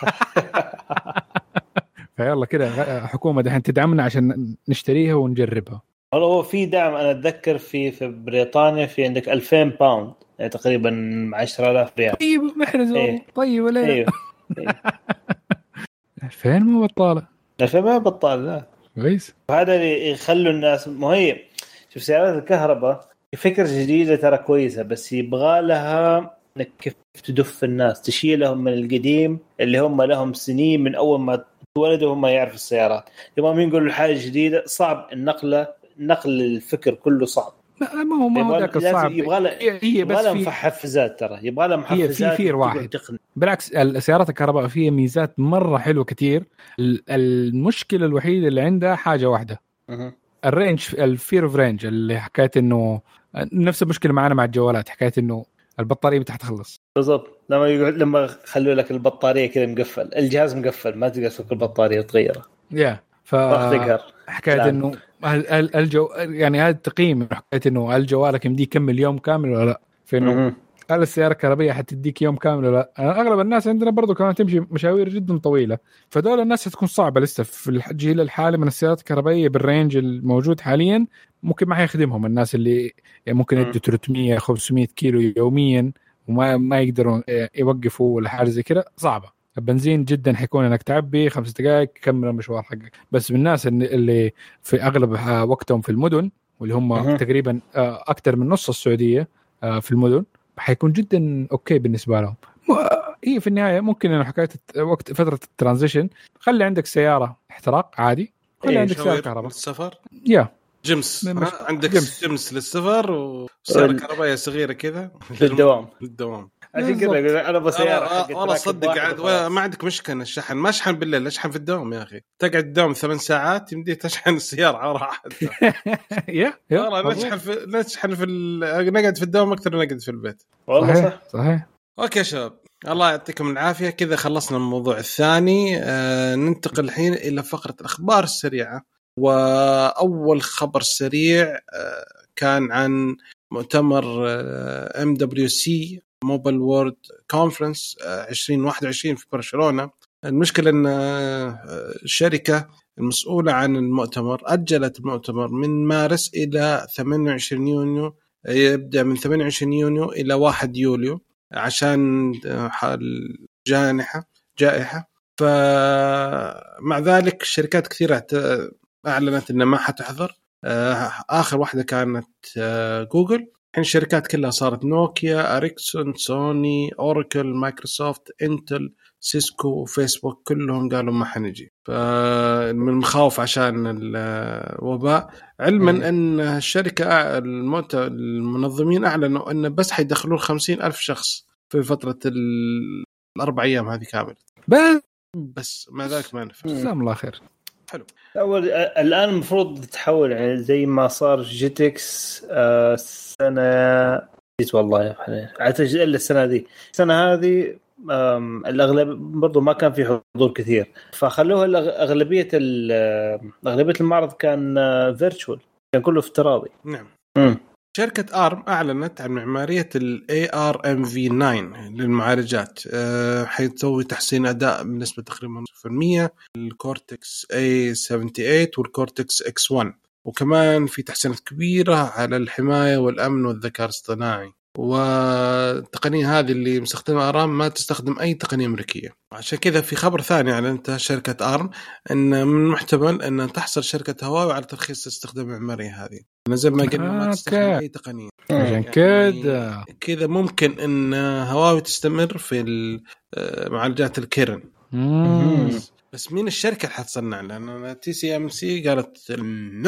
فيلا كده حكومة دحين تدعمنا عشان نشتريها ونجربها. والله هو في دعم، أنا أتذكر في في بريطانيا في عندك ألفين باوند يعني تقريبا عشرة آلاف ريال. طيب محرز إيه. طيب ولا أيوه أيوه. ألفين مو بطالة. ألفين ما بطال لا. كويس. وهذا اللي يخلوا الناس مهي. شوف سيارات الكهرباء فكرة جديدة ترى كويسة، بس يبغى لها انك كيف تدف الناس، تشيلهم من القديم اللي هم لهم سنين من اول ما تولدوا هم يعرفوا السيارات، يبغى مين يقولوا حاجة جديدة صعب النقلة، نقل الفكر كله صعب. ما هو ما هو ذاك الصعب. يبغى لها هي بس في محفزات، ترى يبغى لها محفزات في واحد. بالعكس السيارات الكهرباء فيها ميزات مرة حلوة كتير. المشكلة الوحيدة اللي عندها حاجة واحدة، أه. الرينج، الفير اوف رينج، اللي حكايه انه نفس المشكله معنا مع الجوالات، حكايه انه البطاريه بتاع تخلص. بالضبط، لما يقعد لما خلوا لك البطاريه كذا مقفل، الجهاز مقفل ما تقدر تفك البطاريه وتغيرها. يا ف حكايه انه الجو يعني هذا التقييم، حكايه انه الجوالك يمديك كمل يوم كامل ولا لا، في انه هل السياره الكهربائيه حتديك يوم كامل ولا لا. اغلب الناس عندنا برضو كمان تمشي مشاوير جدا طويله، فدول الناس هتكون صعبه لسه في الجيل الحالي من السيارات الكهربائيه بالرينج الموجود حاليا، ممكن ما حيخدمهم الناس اللي يعني ممكن يدوا ثلاثمية خمسمية كيلو يوميا وما ما يقدروا يوقفوا ولا حاجه زي كده، صعبه. البنزين جدا حيكون انك تعبي خمس دقائق تكمل المشوار حقك. بس بالناس اللي في اغلب وقتهم في المدن واللي هم أه. تقريبا اكثر من نص السعوديه في المدن، حيكون جدا اوكي بالنسبه لهم. هي في النهايه ممكن انه حكايه وقت فتره الترانزيشن خلي عندك سياره احتراق عادي، خلي إيه عندك سياره كهرباء للسفر، يا جمس عندك جمس, جمس للسفر وسياره كهربائيه صغيره كذا للدوام للدوام. عشان كذا انا بسياره والله صدق عاد ما عندك مشكله الشحن، ما اشحن بالليل اشحن في الدوام يا اخي، تقعد الدوام ثمان ساعات يمديك تشحن السياره على راحه. يا والله نشحن في نشحن في نقعد في الدوام اكثر من نقعد في البيت. والله صح صحيح. اوكي يا شباب الله يعطيكم العافيه، كذا خلصنا الموضوع الثاني. آه ننتقل الحين الى فقره الاخبار السريعه. واول خبر سريع آه كان عن مؤتمر آه إم دبليو سي موبايل وورد كونفرنس عشرين واحد وعشرين في برشلونة. المشكلة أن الشركة المسؤولة عن المؤتمر أجلت المؤتمر من مارس إلى ثمانية وعشرين يونيو، يبدأ من ثمانية وعشرين يونيو إلى واحد يوليو عشان جائحة جائحة فمع ذلك الشركات كثيرة أعلنت أنها ما حتحضر. آخر واحدة كانت جوجل. الحين الشركات كلها صارت نوكيا، أريكسون، سوني، أوراكل، مايكروسوفت، إنتل، سيسكو وفيسبوك كلهم قالوا ما حنجي، فمن المخاوف عشان الوباء. علما أن الشركة المنظمين أعلنوا أن بس حيدخلون خمسين ألف شخص في فترة الأربع أيام هذه كاملة، بس ما ذلك ما نفع. جزاهم الله خير. حلو. أول الآن المفروض تتحول يعني زي ما صار جيتكس آه السنة جيت والله يا حليل عتج إلا السنة دي السنة هذه الأغلب برضو ما كان في حضور كثير، فخلوها الأغلبية الأغلبية المعرض كان فيرتشوال، كان كله افتراضي. نعم. م. شركة آرم أعلنت عن معمارية ال إيه آر إم في تسعة للمعالجات، أه حيتسوي تحسين أداء بنسبة تقريبا صفر بالمية الكورتكس إيه ثمانية وسبعين والكورتكس إكس واحد، وكمان في تحسينات كبيرة على الحماية والأمن والذكاء الاصطناعي. والتقنية هذه اللي مستخدمة آرم ما تستخدم أي تقنية أمريكية، عشان كذا في خبر ثاني أعلنت شركة آرم أن من المحتمل أن تحصل شركة هواوي على ترخيص استخدام المعمارية هذه، زي ما قلنا ما تستخدم أي تقنية. عشان كذا يعني كذا ممكن أن هواوي تستمر في معالجات الكيرن. بس مين الشركة اللي حتصنع؟ لأن تي سي إم سي قالت نو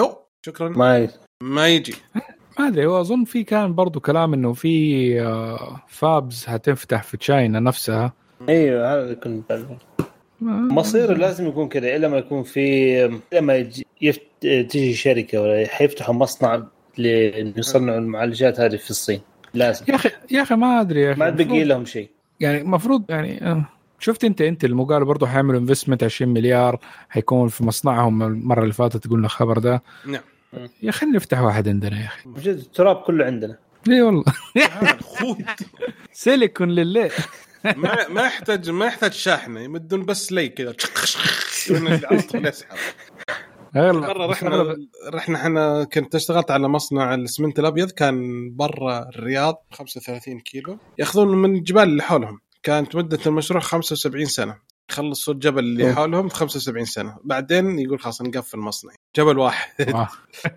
شكرا ما ما يجي. ما ادري، هو اظن في كان برضو كلام انه في فابز هتفتح في تشاينا نفسها. ايوه هذا كنت مصير لازم يكون كذا، الا ما يكون في لما يجي يفت... تيجي شركه ولا حيفتحوا مصنع ليصنعوا المعالجات هذه في الصين لازم. يا اخي يا اخي ما ادري يا اخي، ما بقي لهم شيء يعني المفروض يعني. شفت انت انت المقال برضو حيعملوا انفستمنت عشرين مليار حيكون في مصنعهم المره اللي فاتت قلنا الخبر ده. نعم يا اخي نفتح واحد عندنا يا اخي، بجد التراب كله عندنا. ليه والله خوت سيليكون لله. ما ما يحتاج ما يحتاج شاحنه، يمدون بس لي كذا من العصر يسحب. مرة رحنا رحنا احنا كنت اشتغلت على مصنع الاسمنت الابيض كان برا الرياض خمسة وثلاثين كيلو، ياخذون من الجبال اللي حولهم. كانت مدة المشروع خمسة وسبعين سنة، يخلصوا الجبل اللي حولهم في خمسة وسبعين سنة، بعدين يقول خلاص نقفل المصنع جبل واحد.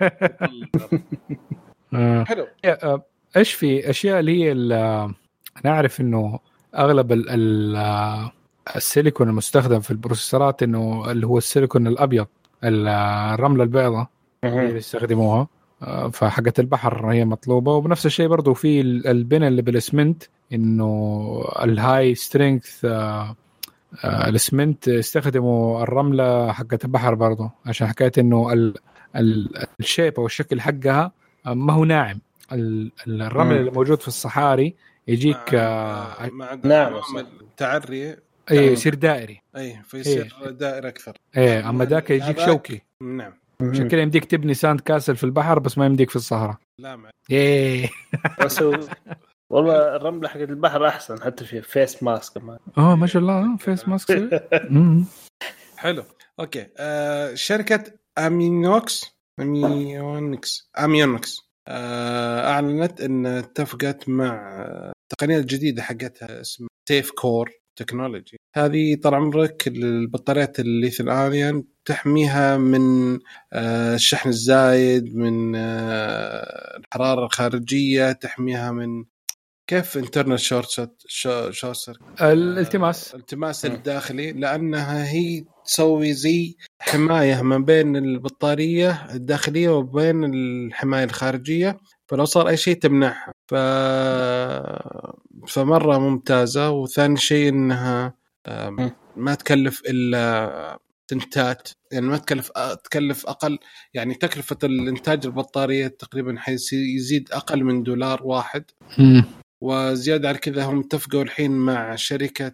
حلو. ايش في اشياء اللي هي انا اعرف انه اغلب ال ال السيليكون المستخدم في البروسيسورات انه اللي هو السيليكون الابيض، الرمله البيضاء اللي يستخدموها، فحقة البحر هي مطلوبه. وبنفس الشيء برضو في البناء اللي بالاسمنت، انه الهاي سترينث الاسمنت يستخدموا الرمله حقة البحر برضو، عشان حكايه انه ال ال الشيب او الشكل حقها ما هو ناعم. الرمل اللي موجود في الصحاري يجيك مع, مع نعم تعري اي يصير دائري، اي فيصير إيه. دائري اكثر. ايه اما ذاك يجيك شوكي. نعم عشان كده يمديك تبني ساند كاسل في البحر بس ما يمديك في الصحراء. لا ما ايه والله الرمله حق البحر احسن، حتى في فيس ماسك كمان. اه ما شاء الله فيس ماسك. حلو اوكي. آه شركه امينوكس اميونكس اميونكس آه اعلنت ان اتفقت مع التقنيه الجديده حقتها اسمها سيف كور تكنولوجي. هذه طال عمرك البطاريات الليثيوم ايون تحميها من الشحن الزايد، من الحرارة الخارجية، تحميها من كيف internal short short الالتماس الالتماس الداخلي، لأنها هي تسوي زي حماية ما بين البطارية الداخلية وبين الحماية الخارجية، فلو صار أي شيء تمنعها. ف... فمرة ممتازة. وثاني شيء إنها ما تكلف إلا سنتات، يعني ما تكلف تكلف أقل، يعني تكلفة الإنتاج البطارية تقريبا حيزيد أقل من دولار واحد. م. وزيادة على كذا هم اتفقوا الحين مع شركة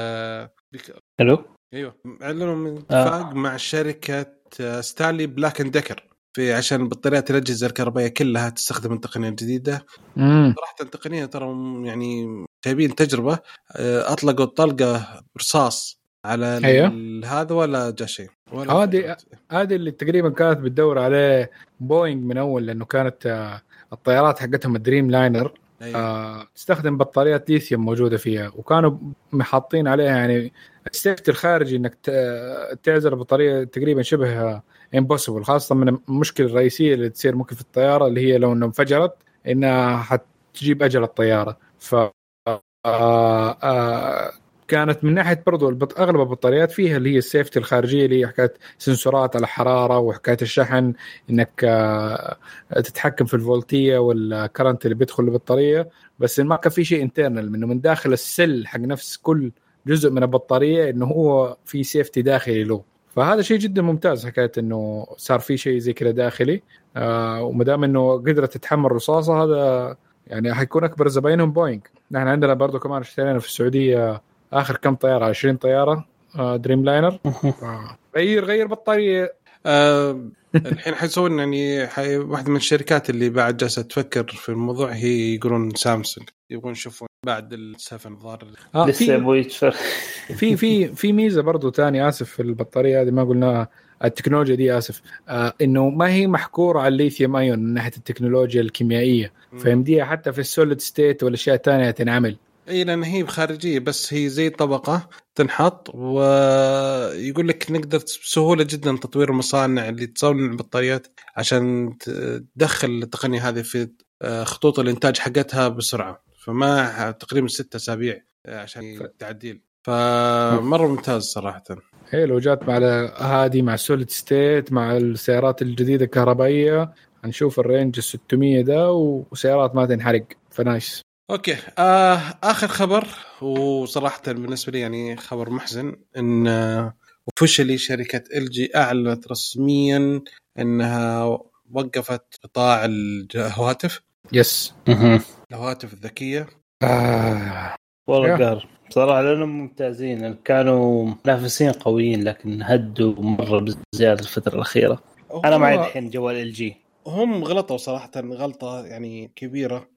هلو أيوة أعلنوا من اتفاق آه. مع شركة ستانلي بلاك اند ديكر في عشان البطاريات الأجهزة الكهربائية كلها تستخدم التقنية الجديدة. صراحة التقنية ترى يعني جايبين تجربة، أطلقوا الطلقة برصاص على أيوة. هذا ولا جا شيء. هذه هذه اللي تقريبا كانت بتدور عليه بوينغ من أول، لأنه كانت الطيارات حقتهم الدريم لاينر أيوة. آه تستخدم بطاريات ليثيوم موجودة فيها، وكانوا محاطين عليها يعني السيفتي الخارجي انك تعزل بطارية تقريبا شبه impossible، خاصة من المشكلة الرئيسية اللي تصير ممكن في الطيارة اللي هي لو انها انفجرت انها حتجيب اجل الطيارة. ف آه آه كانت من ناحية برضو البط... أغلب البطاريات فيها اللي هي السيفتي الخارجية اللي هي حكاية سنسورات على حرارة وحكاية الشحن، إنك تتحكم في الفولتية والكرنت اللي بيدخل البطارية، بس ما كان في شيء انترنال منه من داخل السل حق نفس كل جزء من البطارية إنه هو في سيفتي داخلي له. فهذا شيء جدا ممتاز، حكاية إنه صار في شيء زي كده داخلي. آه ومدام إنه قدرت تتحمل رصاصة، هذا يعني حيكون أكبر زباينهم بوينغ. نحن عندنا برضو كمان اشترينا في السعودية آخر كم طيارة عشرين طيارة آه دريم لاينر. آه. غير غير بطارية. آه الحين حيسوون يعني حي واحدة من الشركات اللي بعد جالسة تفكر في الموضوع هي يقولون سامسونج، يبغون يشوفون بعد السفن ضار آه لسه ابوي يتفرج. في في في ميزة برضو تاني آسف في البطارية هذه ما قلناها، التكنولوجيا دي آسف آه إنه ما هي محكورة على الليثيوم أيون من ناحية التكنولوجيا الكيميائية، فيمديها حتى في السوليد ستيت والأشياء الثانية تنعمل. اي لان هي خارجيه، بس هي زي طبقه تنحط، ويقول لك نقدر بسهوله جدا تطوير المصانع اللي تصنع البطاريات عشان تدخل التقنيه هذه في خطوط الانتاج حقتها بسرعه، فما تقريبا ستة اسابيع عشان التعديل. فمره ممتاز صراحه. هي لو جات مع هذه مع سوليد ستيت مع السيارات الجديده الكهربائيه هنشوف الرينج ستمية ده وسيارات ما تنحرق فنايس. اوكي آه اخر خبر وصراحه بالنسبه لي يعني خبر محزن ان اوفيشلي شركه ال جي اعلنت رسميا انها وقفت قطاع الهواتف. يس الهواتف الذكيه. آه. والله قهر بصراحه لانهم ممتازين كانوا منافسين قويين لكن هدوا مره بزياده الفتره الاخيره. انا معي الحين جوال ال جي. هم غلطوا صراحه غلطه يعني كبيره.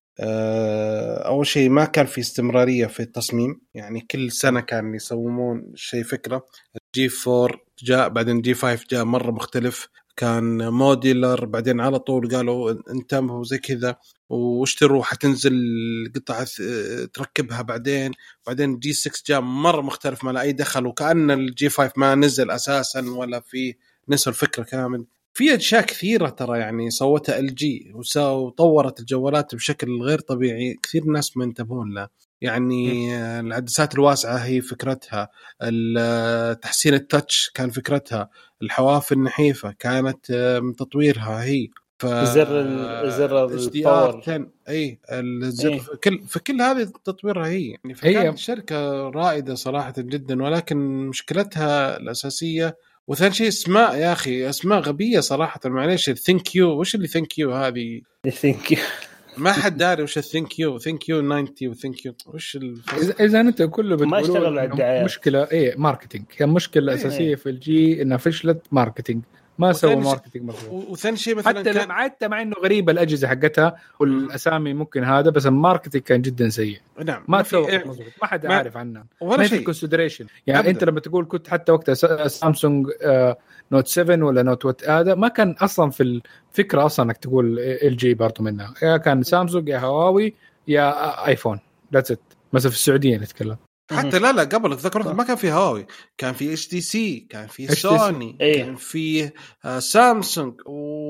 أول شيء ما كان في استمرارية في التصميم يعني كل سنة كان يصممون شيء فكرة. الجي فور جاء بعدين جي فايف جاء مرة مختلف كان موديلر بعدين على طول قالوا انتبهوا زي كذا واشتروا حتنزل قطعة تركبها بعدين بعدين جي سكس جاء مرة مختلف ما لا أي دخل وكأن الجي فايف ما نزل أساسا ولا في نسوا الفكرة كامل. في أشياء كثيرة ترى يعني صوتها ال جي وطورت الجوالات بشكل غير طبيعي كثير ناس ما ينتبهون له يعني العدسات الواسعة هي فكرتها تحسين التاتش كان فكرتها الحواف النحيفة كانت من تطويرها هي زر زر الباور اي الزر إيه؟ في كل في كل هذه تطويرها هي يعني فكانت شركة رائدة صراحة جدا ولكن مشكلتها الأساسية وثاني شيء اسماء يا أخي أسماء غبية صراحة معليش الثينك يو وش اللي ثينك يو هذه الثينك يو ما حد داري وش الثينك يو ثينك يو تسعين وثينك يو وش الفرق إذا أنت كله بتقول مشكلة إيه ماركتينج هي مشكلة إيه أساسية في الجي إنها فشلت ماركتينج ما سوى ماركتينج مظبوط. وثاني شيء مثلا حتى كان حتى مع إنه غريبة الأجهزة حقتها والأسامي ممكن هذا بس الماركتينج كان جدا سيء. نعم ما سوى إيه مظبوط ما حد عارف عنها ولا شيء كونسيدريشن يعني أبداً. أنت لما تقول كنت حتى وقتها سامسونج آه نوت سفن ولا نوت وات هذا ما كان أصلا في الفكرة أصلا إنك تقول ال جي برضو منها يا كان سامسونج يا هواوي يا آيفون that's it مثلا في السعودية نتكلم حتى لا لا قبل ذكرت ما كان في هواوي كان في اتش تي سي كان في سوني ايه. كان في آه سامسونج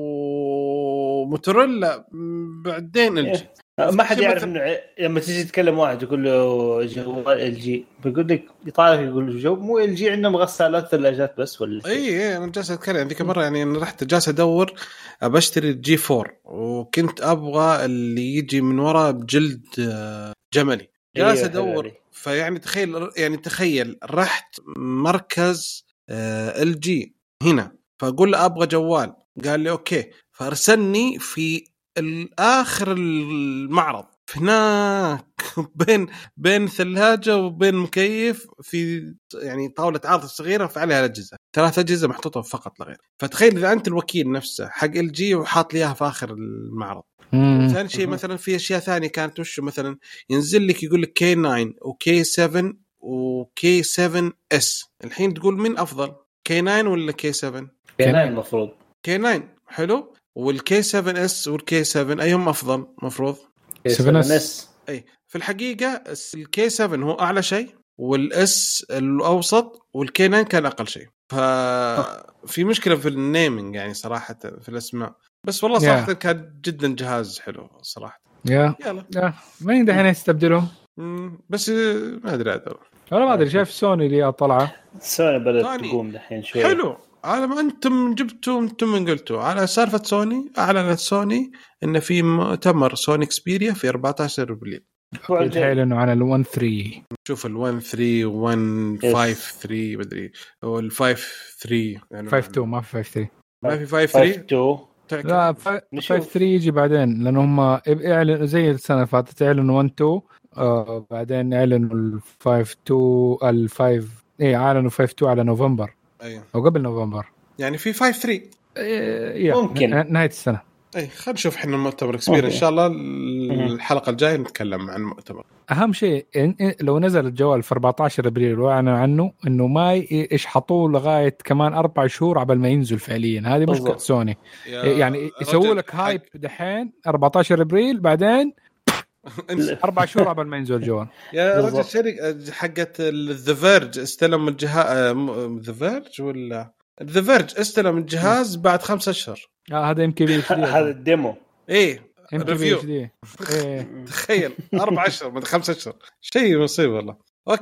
وموتوريلا بعدين ال جي إيه. ما حد يعرف انه لما تيجي تتكلم واحد يقول له جوال ال جي بيقول لك يطالع يقول جو مو ال جي عندنا مغسالات ثلاجات بس ولا اي اي انا جالس اتكلم ذيك مره يعني انا رحت جالس ادور ابشتري الجي فور وكنت ابغى اللي يجي من وراء بجلد جملي جالس ادور إيه فيعني تخيل يعني تخيل رحت مركز ال جي هنا فاقول له ابغى جوال قال لي اوكي فارسلني في الاخر المعرض هناك بين بين ثلاجه وبين مكيف في يعني طاوله عرض صغيره فعليها الاجهزه ثلاث اجهزه محطوطه فقط لا غير. فتخيل اذا انت الوكيل نفسه حق ال جي وحاط ليها في اخر المعرض. ثاني شيء مثلا في اشياء ثانيه كانت وش مثلا ينزل لك يقول لك كي ناين وكي سفن وكي سفن اس الحين تقول من افضل كي ناين ولا كي سفن؟ كي ناين المفروض كي ناين حلو والكي سفن اس والكي سفن ايهم افضل مفروض سفن اس. اي في الحقيقه الكي سفن هو اعلى شيء والاس الاوسط والكي ناين كان اقل شيء ففي مشكله في النيمينج يعني صراحه في الاسماء بس والله صراحه yeah. كان جدا جهاز حلو صراحه يا yeah. يلا ما يندح هنا يستبدلهم بس ما ادري هذا انا ما ادري شايف سوني اللي طلعه سوني بدات تقوم الحين شوي حلو على ما انتم جبتوا انتم من قلتوا على سالفه سوني اعلنت سوني ان في مؤتمر سوني اكسبيريا في أربعة عشر ابريل تخيل انه على ال ثلاثة شوف ال ثلاثة واحد خمسة ثلاثة بدري او ال خمسة ثلاثة يعني خمسة اثنين ما في خمسة ثلاثة ما في خمسة ثلاثة لا خمسة ثلاثة يجي بعدين لأن هم اعلن زي السنة اللي فاتت اعلنوا واحد اثنين آه بعدين اعلنوا ال خمسة اثنين ال خمسة ايه اعلنوا خمسة اثنين على نوفمبر ايوه او قبل نوفمبر يعني في خمسة ثلاثة إيه ممكن نهاية السنة. اي خلينا نشوف احنا المؤتمر اكسبير ان شاء الله الحلقة الجاية نتكلم عن المؤتمر. اهم شيء لو نزل الجوال في أربعة عشر ابريل واعلنوا عنه انه ما يشحطوه لغايه كمان اربع شهور قبل ما ينزل فعليا هذه مشكله سوني يعني يسووا لك هايب دحين أربعة عشر ابريل بعدين اربع شهور قبل ما ينزل الجوال. يا رجل شركه حقت ذا فيرج استلم الجهاز ذا فيرج ولا ذا فيرج استلم الجهاز بعد خمسة اشهر. اه هذا يمكن هذا الديمو ايه ريفيو إيه. تخيل أربعة أشهر من خمسة أشهر شيء مصيبة والله. أوكي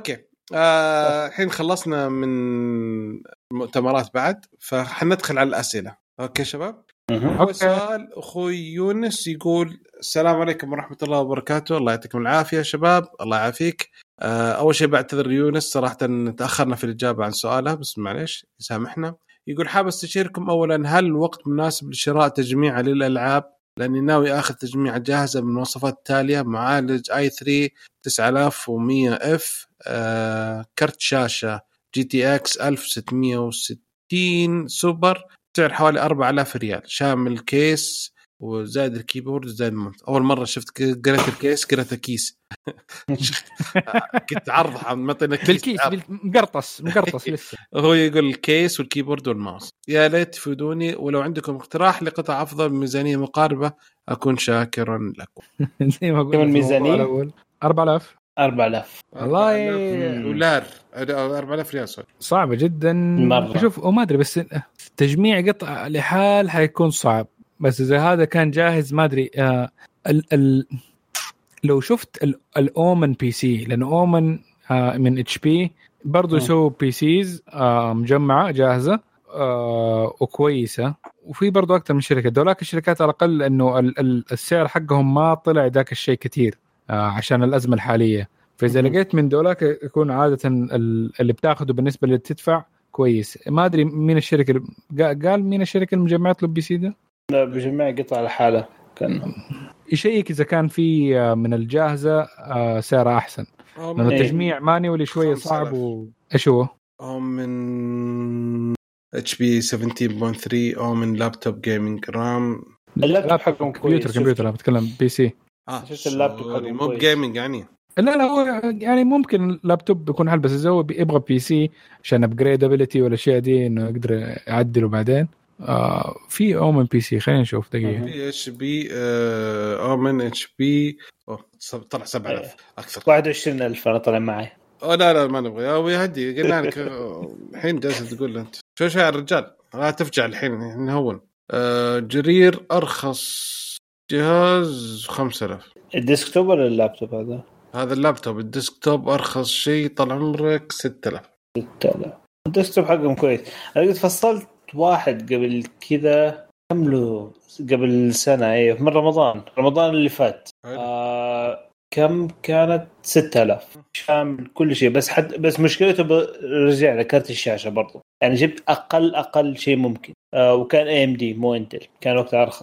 الحين آه خلصنا من المؤتمرات بعد، فحندخل على الأسئلة. أوكي شباب. أول سؤال أخوي يونس يقول السلام عليكم ورحمة الله وبركاته. الله يعطيكم العافية شباب. الله يعافيك. آه أول شيء بعتذر يونس صراحة تأخرنا في الإجابة عن سؤاله، بس معليش يسامحنا. يقول حاب استشيركم أولا، هل الوقت مناسب لشراء تجميعة للألعاب؟ لأني ناوي أخذ تجميعة جاهزة بالمواصفات التالية: معالج آي ثري تسعة آلاف ومية إف، آه كرت شاشة جي تي إكس ألف وستمية وستين سوبر، سعر حوالي أربعة آلاف ريال، شامل كيس وزائد الكيبورد وزائد المونت. أول مرة شفت قرأت الكيس قرأت كيس كنت عرض عم بالكيس مقرطس مقرطس لسه. هو يقول الكيس والكيبورد والماوس. يا ليت تفيدوني، ولو عندكم اقتراح لقطع أفضل بميزانية مقاربة أكون شاكرا لكم. زي ما قلنا الميزانية أربعة آلاف أربعة آلاف والله دولار، أربعة آلاف ريال صعبة جدا مرة. أشوف وما أدري، بس تجميع قطع لحال حيكون صعب، بس إذا هذا كان جاهز ما أدري. آه ال ال لو شفت الأومن بي سي، لأن أومن آه من اتش بي برضو يسوي بي سيز آه مجمعة جاهزة آه وكويسة، وفي برضو أكتر من شركة. دولاك الشركات على الأقل أنه السعر حقهم ما طلع ذاك الشيء كتير آه عشان الأزمة الحالية. فإذا لقيت من دولاك يكون عادة اللي بتاخده بالنسبة اللي تدفع كويس. ما أدري مين الشركة، قال مين الشركة المجمعات له بي سي ده؟ لا بجمع قطع على حالة كان يشيك إذا كان في من الجاهزة سعر أحسن، لأنه التجميع ماني ولي شوية صعب. وإيش هو؟ أو من اتش بي سبعتاشر نقطة ثلاثة أو من لابتوب جيمينج رام. اللابتوب حقهم كمبيوتر كمبيوتر أنا بتكلم بي سي. آه شفت اللابتوب حقهم مو جيمنج يعني. لا لا هو يعني ممكن اللابتوب يكون حل، بس إذا هو يبغى بي سي عشان أبجريدابيلتي ولا شيء دي إنه يقدر يعدله بعدين. آه في أومن بي سي، خلينا نشوف دقيقة. في اتش بي أومن اتش بي طلع سبعة آلاف أكثر. واحد وعشرين ألف أنا طلع معي. أو لا لا ما نبغى أو يهدي قلنا لك الحين جالس تقول أنت شو شو يا الرجال لا تفجع الحين نهون. آه جرير أرخص جهاز خمسة آلاف. الديسكتوب ولا اللابتوب هذا؟ هذا اللابتوب الديسكتوب أرخص شيء طال عمرك ستة آلاف. ستة آلاف. الديسكتوب حقهم كويس. أنا قد فصلت واحد قبل كذا كمله قبل سنة ايه من رمضان رمضان اللي فات. آه كم كانت ستة آلاف شامل كل شيء، بس حد بس مشكلته برجع لكارت الشاشة برضو، يعني جبت أقل أقل شيء ممكن. آه وكان إيه إم دي مو إنتل، كان وقتها أرخص.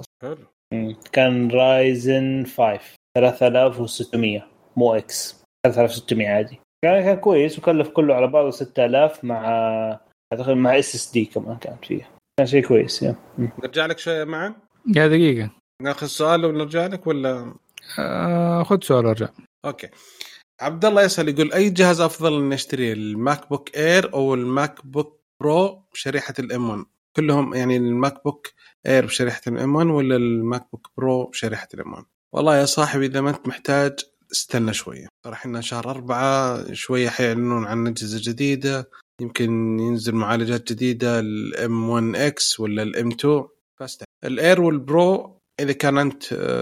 كان رايزن خمسة ثلاثة آلاف وستمية مو إكس ثلاثة آلاف وستمية عادي. كان كان كويس وكلف كله على بعضه ستة آلاف مع أعتقد مع إس إس دي كمان كان فيه، كان شيء كويس. يا نرجع لك شوية معا يا دقيقة ناخذ سؤال ونرجع لك ولا آه خذ سؤال ورجع. أوكي. عبد الله يسأل يقول أي جهاز أفضل إن نشتري الماك بوك إير أو الماك بوك برو بشريحة الإم ون؟ كلهم يعني الماك بوك إير بشريحة الإم ون ولا الماك بوك برو بشريحة الإم ون؟ والله يا صاحبي إذا ما أنت محتاج استنى شوية، راح إننا شهر أربعة شوية حيعلنون عن أجهزة جديدة، يمكن ينزل معالجات جديدة الام ون اكس ولا الام تو. فاستنى. الاير والبرو إذا كان أنت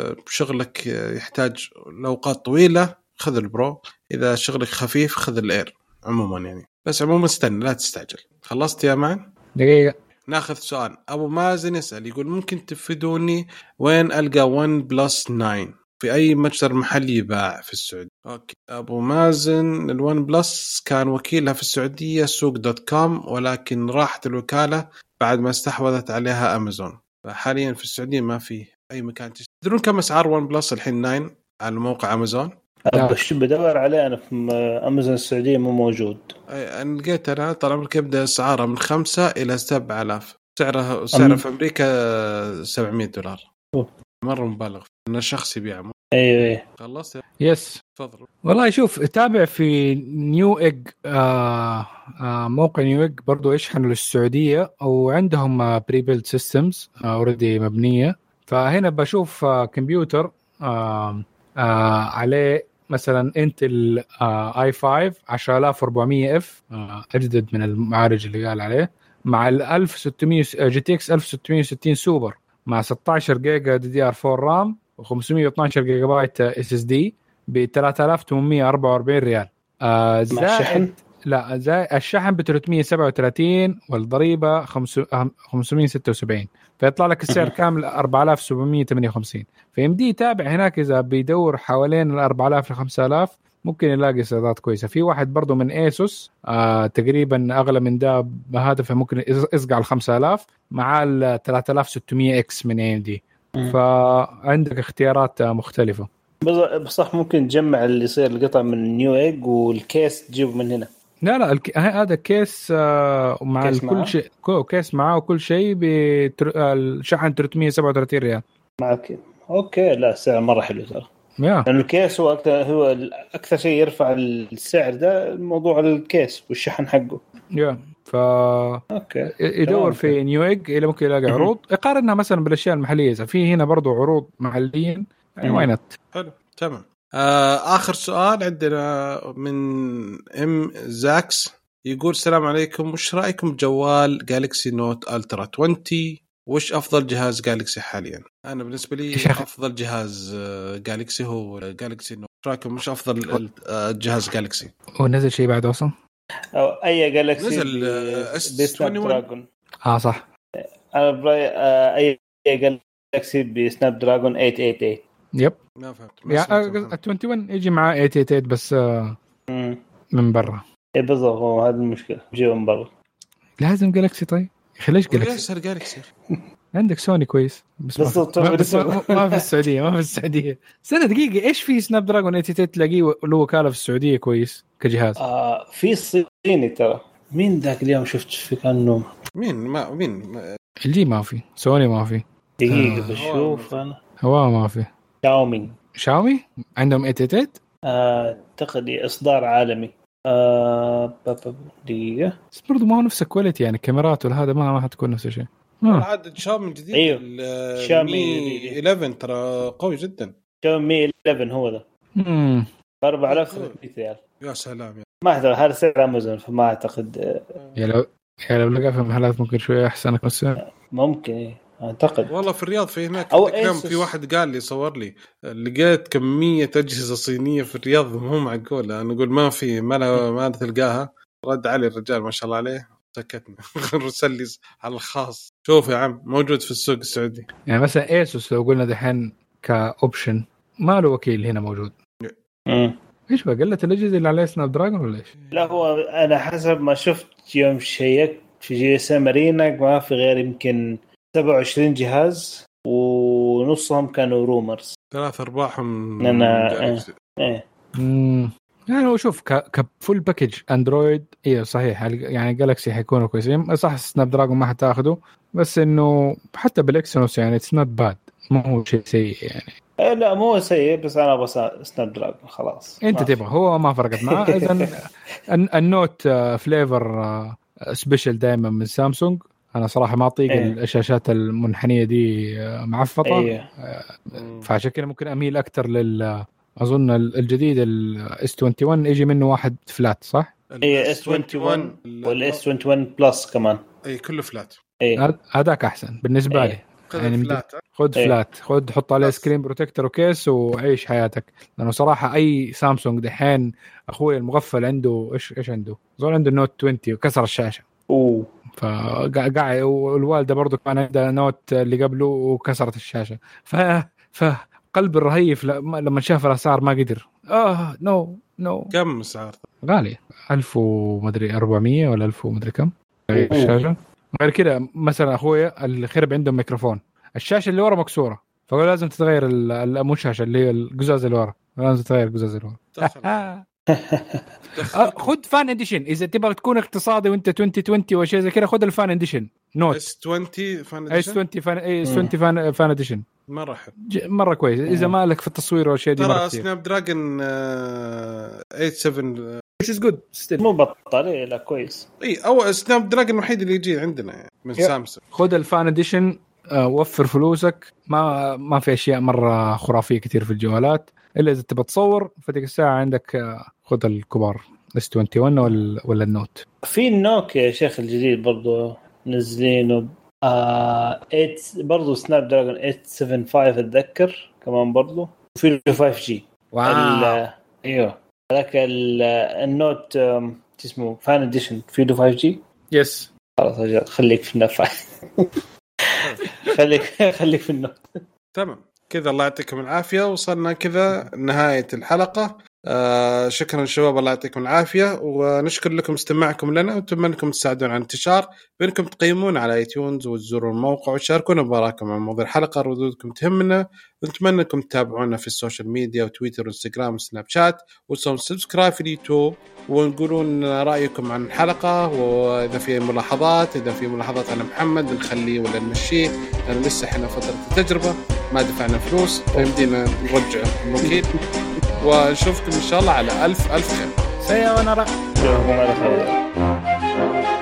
شغلك يحتاج لأوقات طويلة خذ البرو، إذا شغلك خفيف خذ الاير عموما يعني. بس عموما استنى لا تستعجل. خلصت يا معن؟ دقيقة ناخذ سؤال. أبو مازن يسأل يقول ممكن تفيدوني وين ألقى ون بلس ناين في أي متجر محلي يباع في السعودية؟ أوكي. أبو مازن الون بلس كان وكيلها في السعودية سوق دوت كوم، ولكن راحت الوكالة بعد ما استحوذت عليها أمازون، فحاليا في السعودية ما في أي مكان تشتري. تدرون كم أسعار ون بلس الحين ناين على موقع أمازون؟ بس بدور عليه أنا في أمازون السعودية مو موجود. أنا لقيت أنا طال عمرك يبدأ أسعاره من خمسة إلى سبعة آلاف، سعره سعره في أمريكا سبعمية دولار. أوه. مرة مبالغ إن الشخص يبيعه. ايوه خلصت يس تفضل. والله شوف تابع في نيو إج آه آه موقع نيو إج برضو يشحنوا للسعودية أو عندهم بري بيلد سيستمز أوريدي مبنية. فهنا بشوف آه كمبيوتر آه آه عليه مثلا انتل آه اي خمسة عشرة آلاف وأربعمية اف آه أجدد من المعالج اللي قال عليه، مع ال ألف وستمية جي تي اكس ألف وستمية وستين سوبر مع ستة عشر جيجا دي دي ار فور رام وخمسمية واثناشر جيجا بايت اس اس دي ب ثلاثة آلاف وثمانمية وأربعة وأربعين ريال. آه زائد لا زي الشحن ب ثلاثمية وسبعة وثلاثين والضريبه خمسمية وستة وسبعين، فيطلع لك السعر كامل أربعة آلاف وسبعمية وثمانية وخمسين. فيمدي يتابع هناك اذا بيدور حوالين ال أربعة آلاف ل خمسة آلاف ممكن يلاقي سعرات كويسه. في واحد برضو من ايسوس آه تقريبا اغلى من ده بهدف ممكن يصقع ال خمسة آلاف مع ال ثلاثة آلاف وستمية اكس من اي ام دي، فعندك اختيارات مختلفه. بصح ممكن تجمع اللي يصير القطع من نيو ايج والكيس تجيب من هنا. لا لا الك... هذا كيس آه مع كيس كل شيء، كيس معاه وكل شيء بالشحن ثلاثمية وسبعة وثلاثين ريال معك. اوكي لا السعر مره حلو ترى، لأن يعني الكيس هو أكثر هو أكثر شيء يرفع السعر ده موضوع الكيس والشحن حقه. يا ف أوكي. يدور في نيويج إلى ممكن يلاقي عروض يقارنها مثلا بالأشياء المحلية، إذا في هنا برضو عروض محليين يعني وينت. حلو تمام. آه آخر سؤال عندنا من ام زاكس، يقول السلام عليكم، وش رأيكم بجوال جالكسي نوت ألترا عشرين؟ وش أفضل جهاز جالكسي حاليا؟ أنا بالنسبة لي أفضل جهاز جالكسي هو جالكسي نوت. رأيكم مش أفضل جهاز جالكسي؟ هو نزل شيء بعد أصلا؟ أو أي جالكسي نزل بسناب دراجون. آه صح. أنا برأي أي جالكسي بسناب دراجون ثمانمية وثمانية وثمانين. يب. ما فهمت. يا واحد وعشرين يجي مع ثمانمية وثمانية وثمانين بس مم. من برا. إيه بالضبط، هو هذا المشكلة جيبه من برا. لازم جالكسي. طيب خليش جالكسي جالكسي عندك سوني كويس بس ما, ما, بس ما, ما في السعودية ما في السعودية سنة دقيقة. إيش في سناب دراجون ثمانمية وثمانية تلاقيه له وكالة في السعودية كويس كجهاز؟ آه في الصيني ترى. مين ذاك اليوم شفت في كانه مين ما مين ما... الجي ما في، سوني ما في. دقيقة آه. بشوف أنا هو ما في. شاومي شاومي عندهم ثمانمية وثمانية أعتقد آه إصدار عالمي. آه دقيقة بس برضو ما هو نفس الكواليتي يعني كاميرات ولا هذا ما ما حتكون نفس الشيء. عاد شاومي جديد. أيوه. شاومي إحدى عشر ترى قوي جدا. شاومي إحدى عشر هو ده. امم أربعة آلاف وثلاثمية ريال. يا سلام يا. ما هذا هذا سعر أمازون، فما أعتقد. يا لو يا لو لقى في محلات ممكن شوية أحسن السعر. ممكن إيه أعتقد. والله في الرياض في هناك كلام في واحد قال لي صور لي لقيت كمية أجهزة صينية في الرياض مو معقولة. أنا أقول ما في ما لا ما تلقاها. رد علي الرجال ما شاء الله عليه سكتنا رسل لي على الخاص. شوف يا عم موجود في السوق السعودي. يعني مثلا ايسوس لو قلنا دحين كأوبشن ما له وكيل هنا موجود. امم ايش بقى قلت الاجهزه اللي عليها سناب دراجون ولا ايش؟ لا هو انا حسب ما شفت يوم شيك في جي اس ام ارينا ما في غير يمكن سبعة وعشرين جهاز ونصهم كانوا رومرز. ثلاث ارباعهم انا ايه امم يعني هو شوف كفول باكج اندرويد ايه صحيح يعني جالكسي حيكونوا كويسين صح. سناب دراجون ما حتاخده بس انه حتى بالاكسينوس يعني اتس نوت باد ما هو شيء سيء يعني. إيه لا مو سيء بس انا بس سناب دراجون خلاص انت تبغى هو ما فرقت معه. اذا النوت فليفر سبيشال دائما من سامسونج. انا صراحه ما اطيق إيه. الشاشات المنحنيه دي معفطه. إيه. فعشان كده ممكن اميل اكثر لل اظن الجديد الاس واحد وعشرين يجي منه واحد فلات صح؟ اي اس واحد وعشرين والاس واحد وعشرين بلس كمان اي كله فلات. اي هذاك احسن بالنسبه لي. يعني فلات. خذ أيه. فلات خذ حط عليه سكرين بروتكتور وكيس وعيش حياتك. لانه صراحه اي سامسونج دحين اخوي المغفل عنده ايش ايش عنده زول عنده نوت عشرين وكسر الشاشه. اوه فقاعد والوالده برضو كان عندها نوت اللي قبله وكسرت الشاشه. ف ف قلب الرهيف لما شاف الاسعار ما قدر. اه نو نو كم اسعار غالي ألف ومدري أربعمية ولا ألف ومدري كم الشاشه. غير كده مثلا اخويا الخرب عنده ميكروفون الشاشه اللي ورا مكسوره فقال لازم تتغير مو الشاشه اللي هي القزاز اللي ورا لازم تتغير القزاز اللي ورا. خد فان اديشن اذا تبغى تكون اقتصادي وانت عشرين عشرين وشيء زي كده خد الفان اديشن نوت اس عشرين فان اديشن اس عشرين فان اس عشرين فان فان اديشن مره حلو مره كويس اذا مالك في التصوير والاشياء دي. ترى سناب دراجون ثمانية سبعة which is good still مو بطارية لا كويس. اي او سناب دراجون الوحيد اللي يجي عندنا يعني من سامسونج. خد الفان اديشن وفر فلوسك ما ما في اشياء مره خرافيه كتير في الجوالات الا اذا تبغى تصور فتلك الساعه عندك خد الكبار اس واحد وعشرين ولا ولا النوت. في النوكيا يا شيخ الجديد برضو نزلينه آه ثمانية برضو سناب دراجون ثمانية سبعة خمسة اتذكر كمان برضو وفي خمسة جي. واو ايوه هذاك النوت اسمه فان اديشن فيدو فايف جي. يس خلاص أجل. خليك في النفع. خليك خليك في النفع. تمام كذا، الله يعطيكم العافية. وصلنا كذا نهاية الحلقة. آه شكرا شباب، الله يعطيكم العافية، ونشكر لكم استماعكم لنا، ونتمنى انكم تساعدون على الانتشار، بانكم تقيمون على ايتونز وتزوروا الموقع وتشاركونا بآرائكم عن موضوع الحلقة. ردودكم تهمنا، ونتمنى انكم تتابعونا في السوشيال ميديا وتويتر وانستغرام وسناب شات، وتسوون سبسكرايب في اليوتيوب، ونقولون رأيكم عن الحلقة، وإذا في ملاحظات إذا في ملاحظات على محمد نخليه ولا نمشيه، لأن لسه احنا فترة التجربة ما دفعنا فلوس فيمدينا نرجع الوكيل. ونشوفكم إن شاء الله على ألف ألف خير. سيا ونرى.